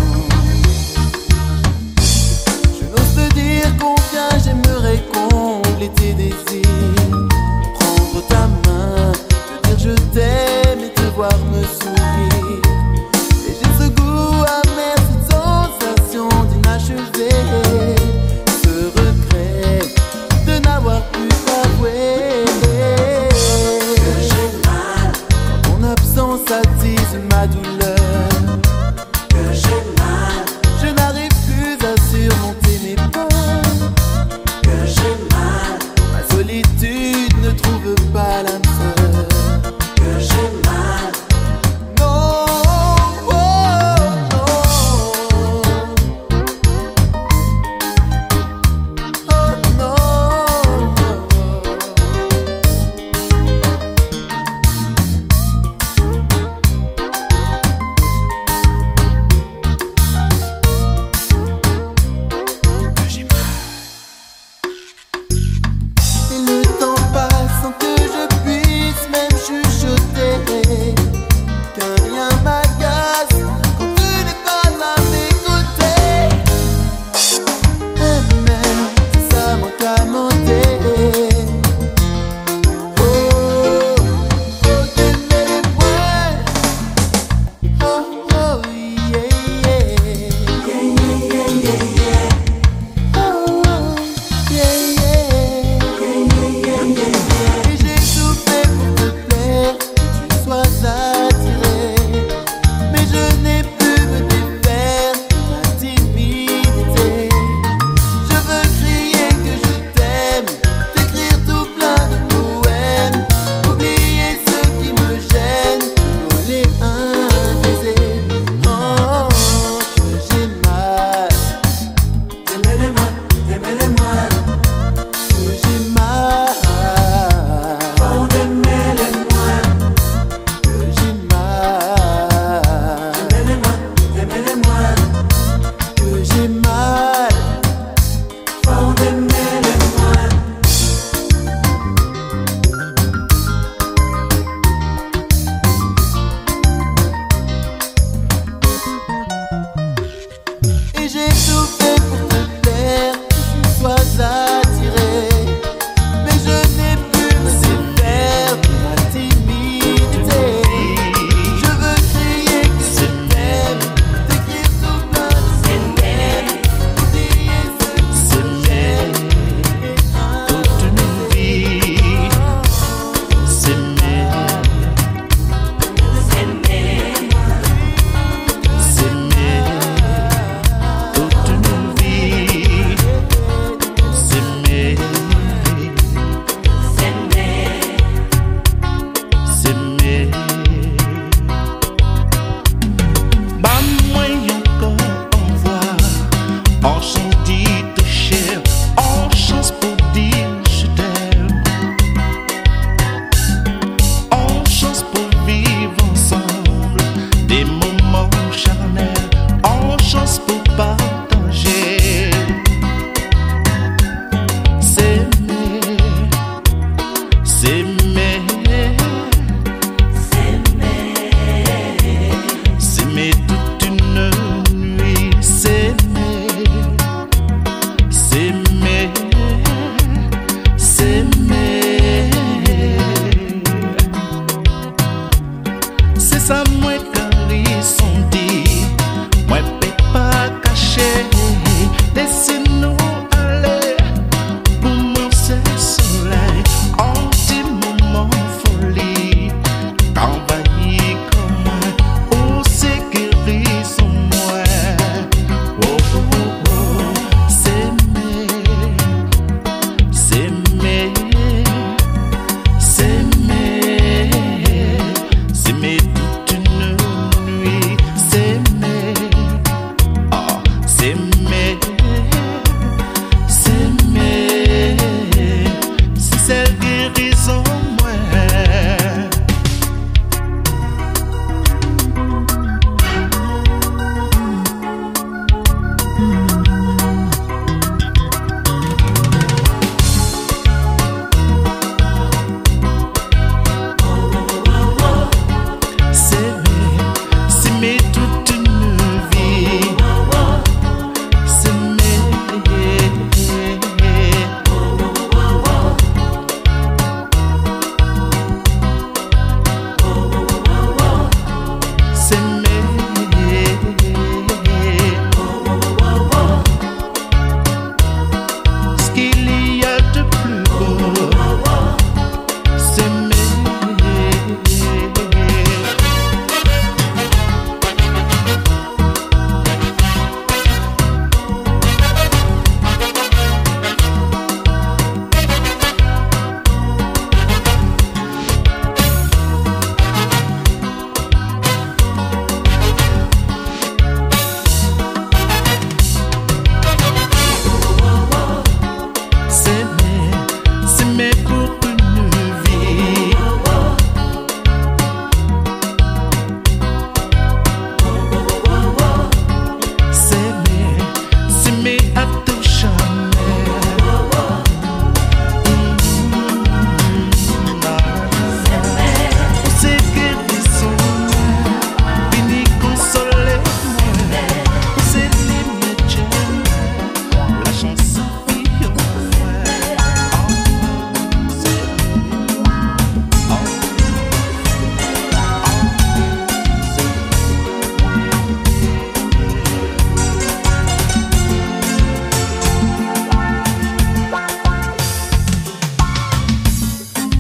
Speaker 4: Je n'ose te dire combien j'aimerais combler tes désirs. Prendre ta main, te dire je t'aime et te voir me sourire. Et j'ai ce goût amer, cette sensation d'inachevé, ce regret de n'avoir pu t'avouer. Que j'ai mal quand ton absence attise ma douleur. Que j'ai mal, je n'arrive plus à surmonter mes peurs. Que j'ai mal, ma solitude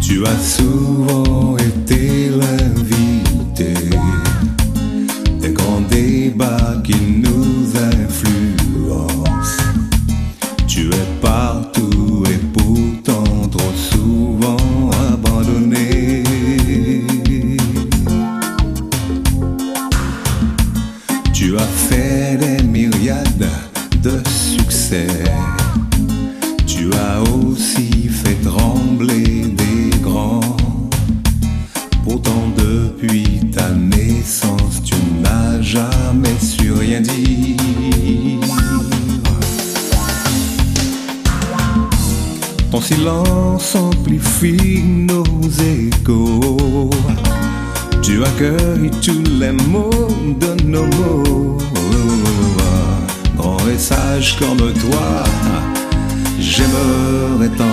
Speaker 1: Tu as souvent été l'invité des grands débats qui nous influencent. Tu es partout et pourtant trop souvent abandonné. Tu as fait des myriades de succès. Tu as aussi fait trembler des grands. Pourtant depuis ta naissance, tu n'as jamais su rien dire. Ton silence amplifie nos échos. Tu accueilles tous les mots de nos mots. Grand et sage comme toi, j'aimerais tant.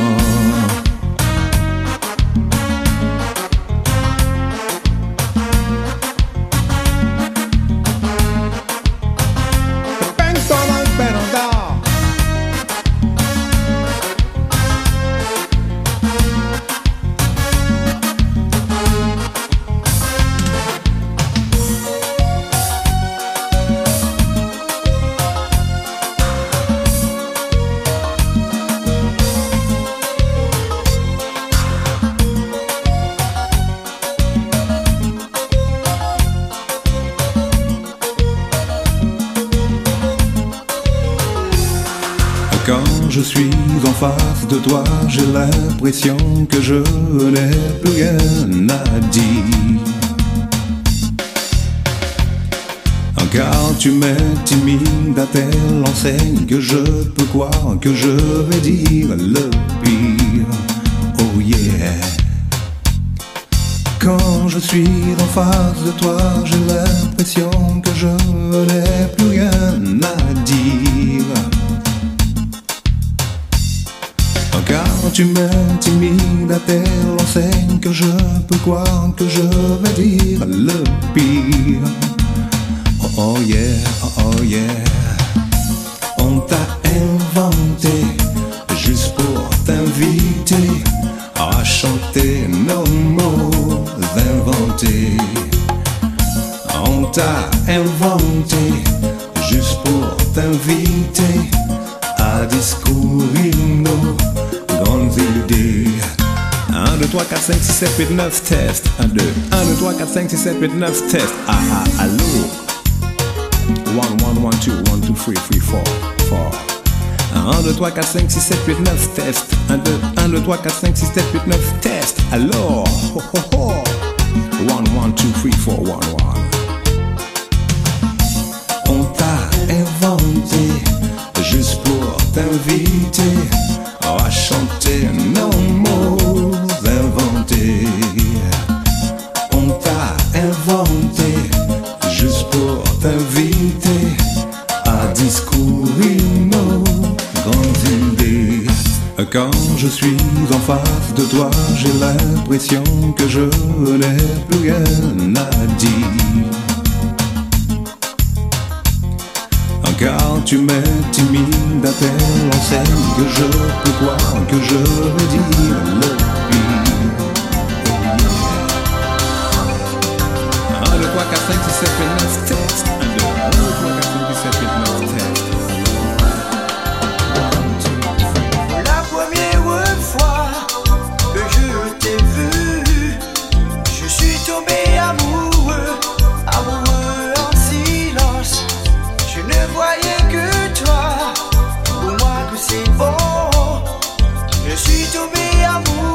Speaker 1: Quand je suis en face de toi, j'ai l'impression que je n'ai plus rien à dire. Car tu m'intimides à telle enseigne que je peux croire que je vais dire le pire. Oh yeah. Quand je suis en face de toi, j'ai l'impression que je n'ai plus rien à dire. Car tu m'intimides à telle enseigne que je peux croire que je vais dire le pire. Oh, oh yeah, oh, oh yeah. On t'a inventé juste pour t'inviter à chanter nos mots inventés. On t'a inventé juste pour t'inviter à discourir nos grandes idées. un, deux, trois, quatre, cinq, six, sept, huit, neuf, test. un, deux, un, deux, trois, quatre, cinq, six, sept, huit, neuf, test. Ah ah, allô. one, one, one, two, one, two, three, three, four, four. un, deux, trois, quatre, cinq, six, sept, huit, neuf, test. un, deux, un, deux, trois, quatre, cinq, six, sept, huit, neuf, test. Alors, ho, ho, ho. one, one, two, three, four, one, one. On t'a inventé juste pour t'inviter à chanter nos mots inventés. On t'a inventé juste pour t'inviter à discourir nos grandes idées. Quand je suis en face de toi, j'ai l'impression que je n'ai plus rien à dire. Car tu m'intimides à telle enseigne que je peux croire que je vais dire le pire. un, deux, trois, quatre, cinq, six, sept, huit, neuf, test. un, deux, un, deux, trois, quatre, cinq, six, sept, huit, neuf, test.
Speaker 11: La première fois que je t'ai vu, je suis tombé amoureux, amoureux en silence. Je ne voyais que toi, pour moi que c'est bon. Je suis tombé amoureux.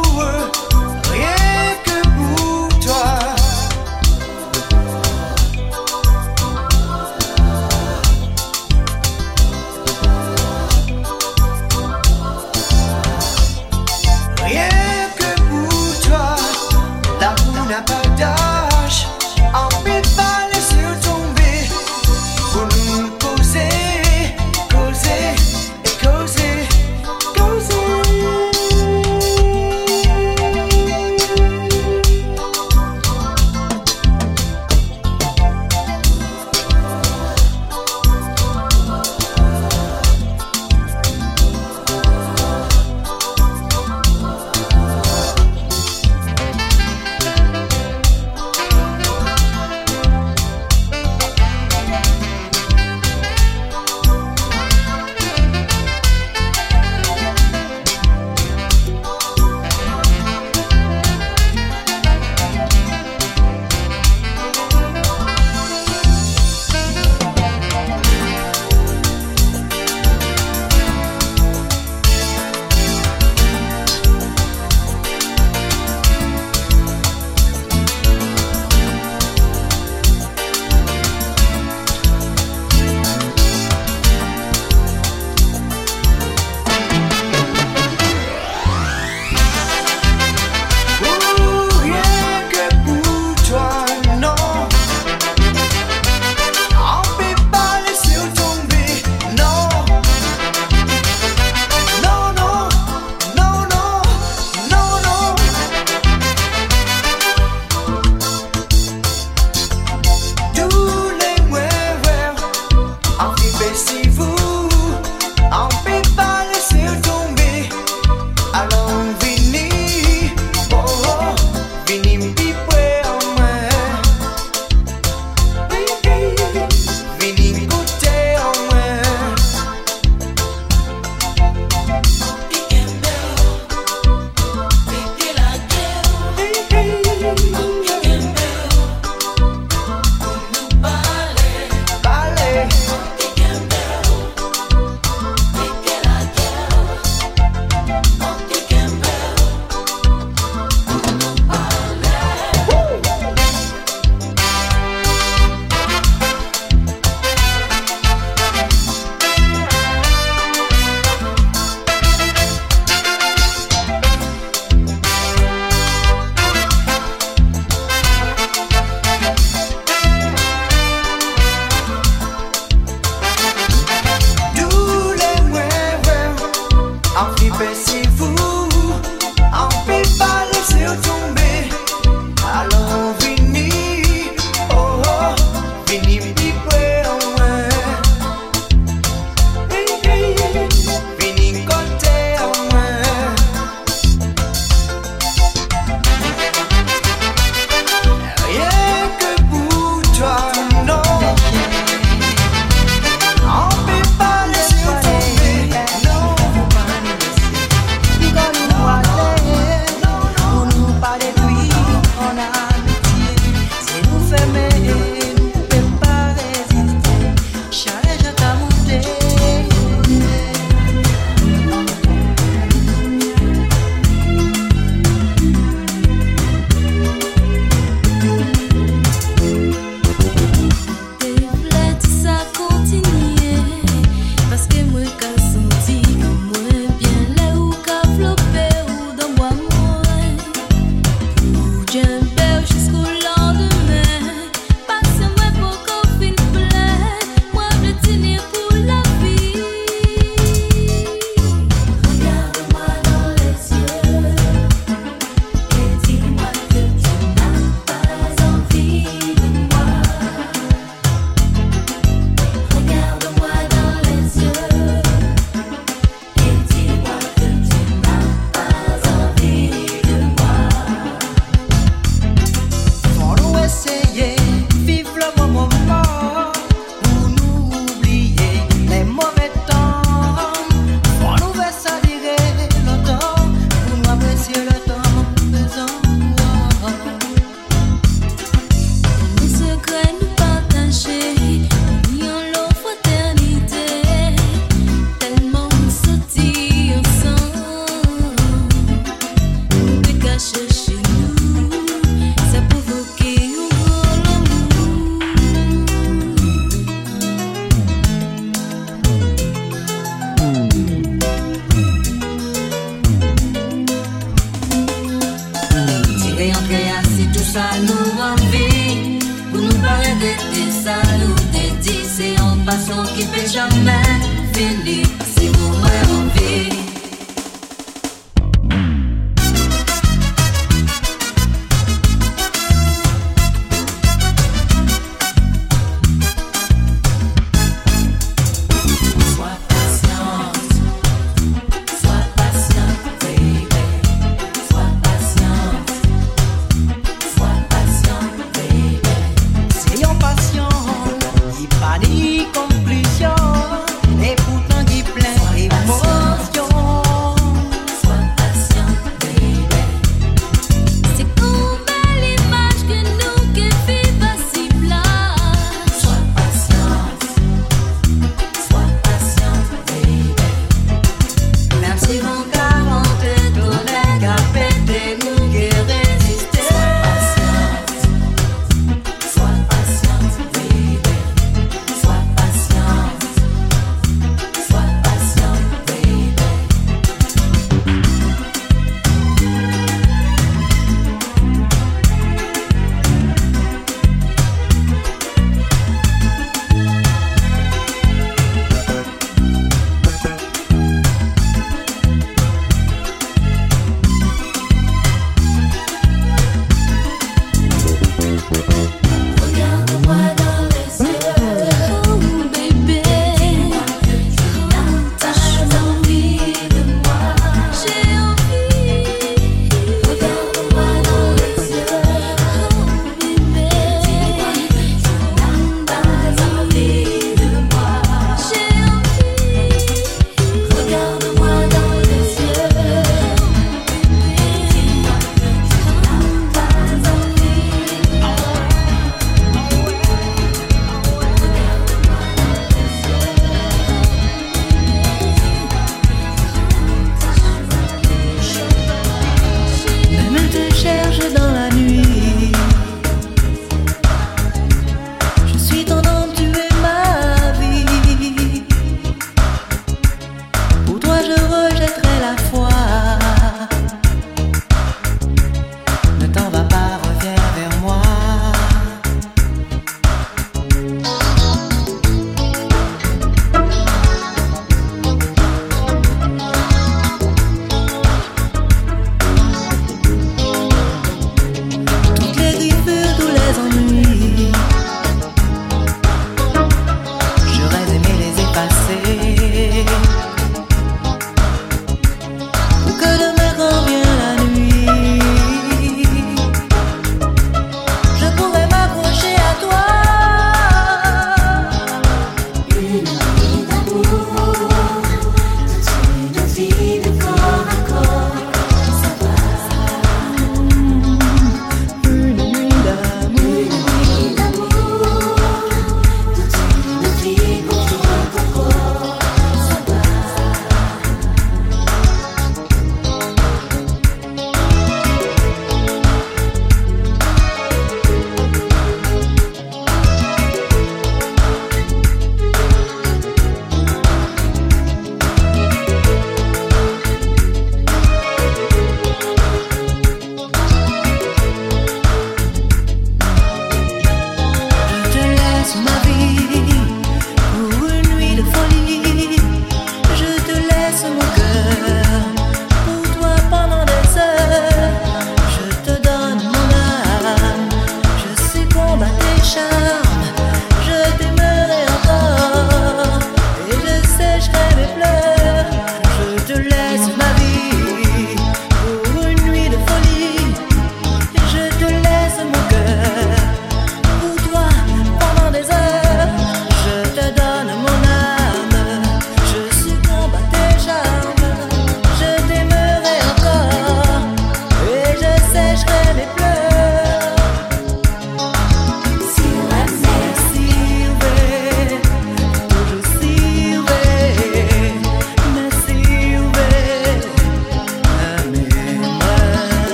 Speaker 8: Pas ni conclusion, et pourtant qui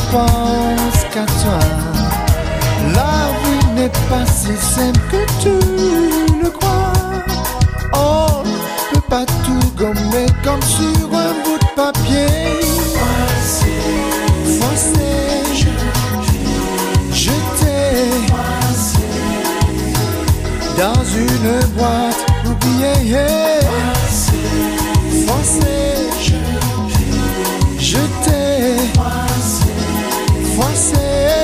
Speaker 12: pense qu'à toi. La vie n'est pas si simple que tu le crois. On ne peut pas tout gommer comme sur un bout de papier. Forcé, je t'ai dans une boîte oubliée. Forcé, je t'ai forcé.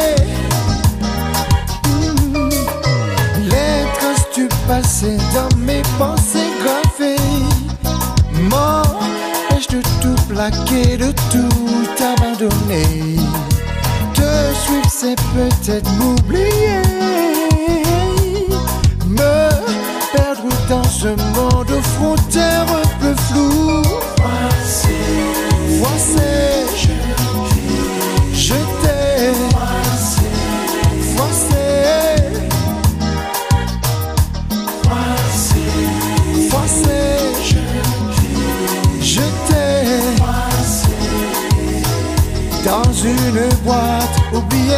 Speaker 12: Mmh. Les traces du passé dans mes pensées gravées m'empêchent de tout plaquer, de tout abandonner. Te suivre c'est peut-être m'oublier, me perdre dans ce monde aux frontières un peu floues. Voici, voici, je t'ai forcé, forcé, forcé, je t'ai dans une boîte oubliée.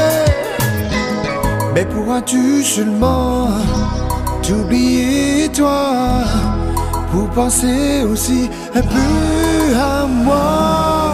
Speaker 12: Mais pourras-tu seulement t'oublier toi pour penser aussi un peu à moi?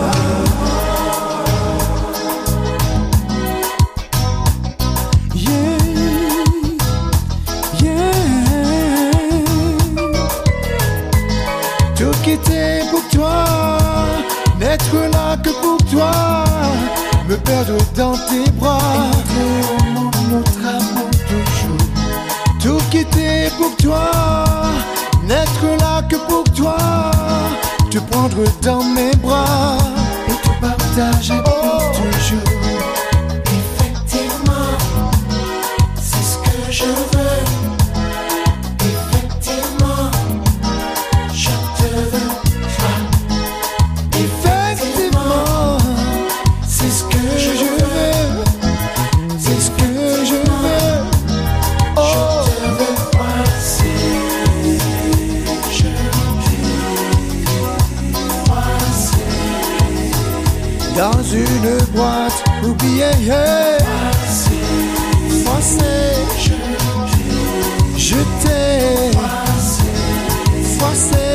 Speaker 12: Tout quitter pour toi, n'être là que pour toi, me perdre dans tes bras, et au monde notre amour toujours. Tout quitter pour toi, n'être là que pour toi, te prendre dans mes bras et te partager pour toujours.
Speaker 3: Effectivement, c'est ce que je veux.
Speaker 12: Dans une boîte oubliée, forcé, je t'ai forcé.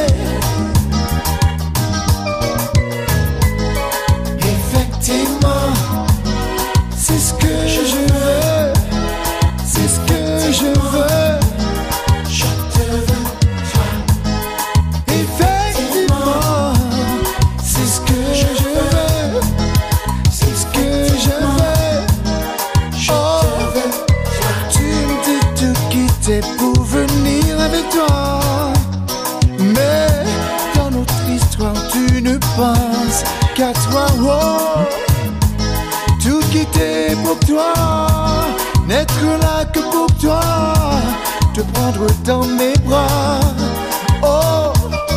Speaker 12: Effectivement, c'est ce que je veux, c'est ce que je veux.
Speaker 3: Je te veux, toi.
Speaker 12: Effectivement, c'est ce que je veux. C'est ce que je veux. Oh, tu me dis de quitter pour venir avec toi. Mais dans notre histoire, tu ne penses qu'à toi. Oh, tout quitter pour toi, n'être là que pour toi, te prendre dans mes bras. Oh,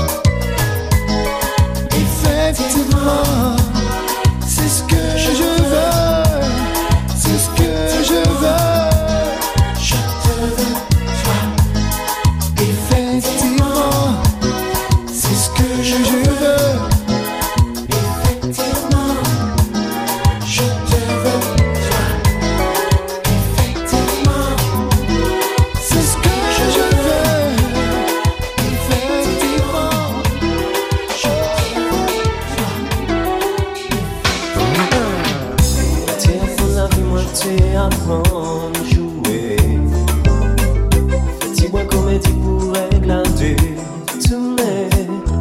Speaker 12: effectivement, c'est ce que je veux, c'est ce que je veux.
Speaker 3: Je te veux, toi.
Speaker 12: Effectivement, c'est ce que je veux.
Speaker 3: Effectivement, je te veux, toi. Effectivement,
Speaker 12: C'est ce que je veux. Effectivement,
Speaker 3: je te veux.
Speaker 6: Tiens pour la vie, moi t'es avant de jouer. Dis-moi comédie pour régler tourner.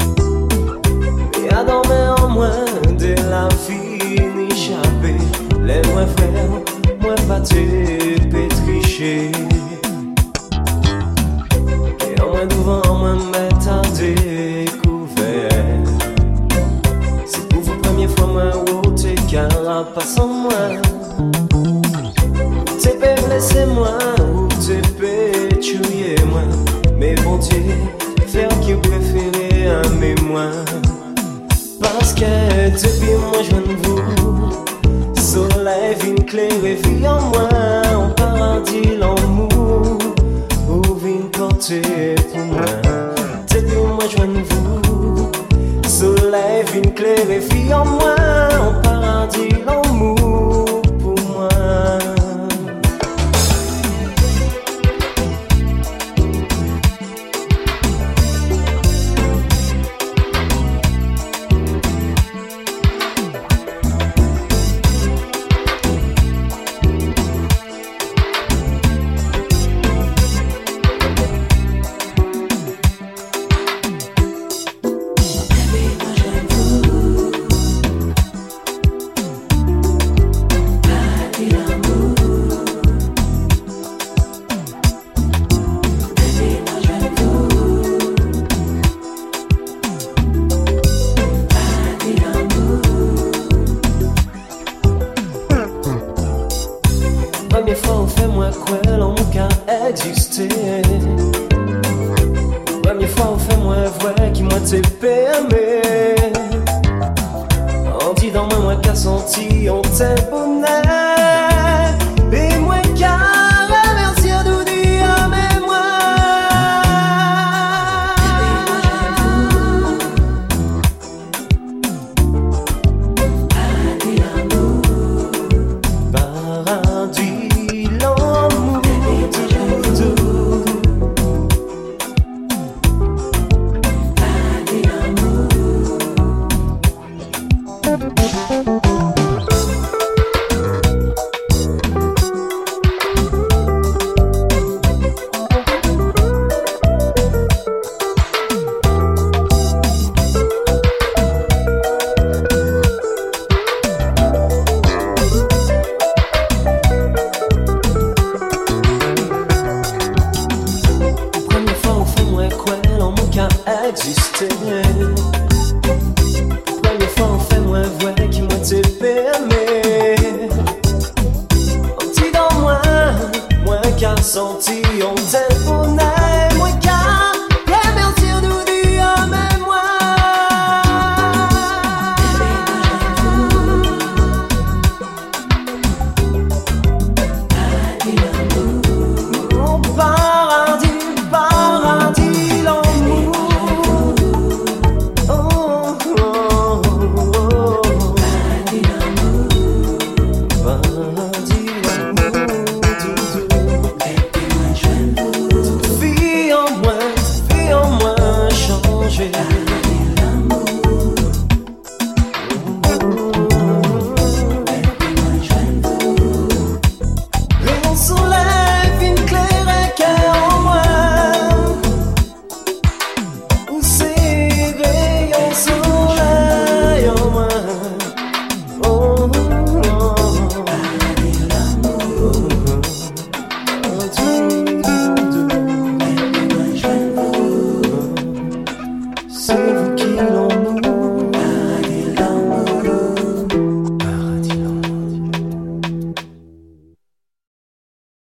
Speaker 6: Et à dormir en moins de la vie n'échapper. Les moins frères, moins pas te pétricher. Et en moins devant, en moins mettre à découvert. C'est pour vous première fois, moi, où t'es carapace en moi. T'es pas blessé, moi, ou t'es pas tué, moi. Mais bon Dieu, faire qui préféré à mémoire. Parce que depuis moi, je viens de vous. Soleil, vine claire et vie en moi. En paradis, l'amour. Ou vine porter pour moi. Depuis moi, je viens de vous. Soleil, vine claire et vie en moi. En paradis, paradis, l'amour pour moi. Première fois on fait moins quoi l'amour qu'a existé. Première fois on fait moins vrai qui moi t'ai permis. On dit dans moi moi qu'a senti on t'aime.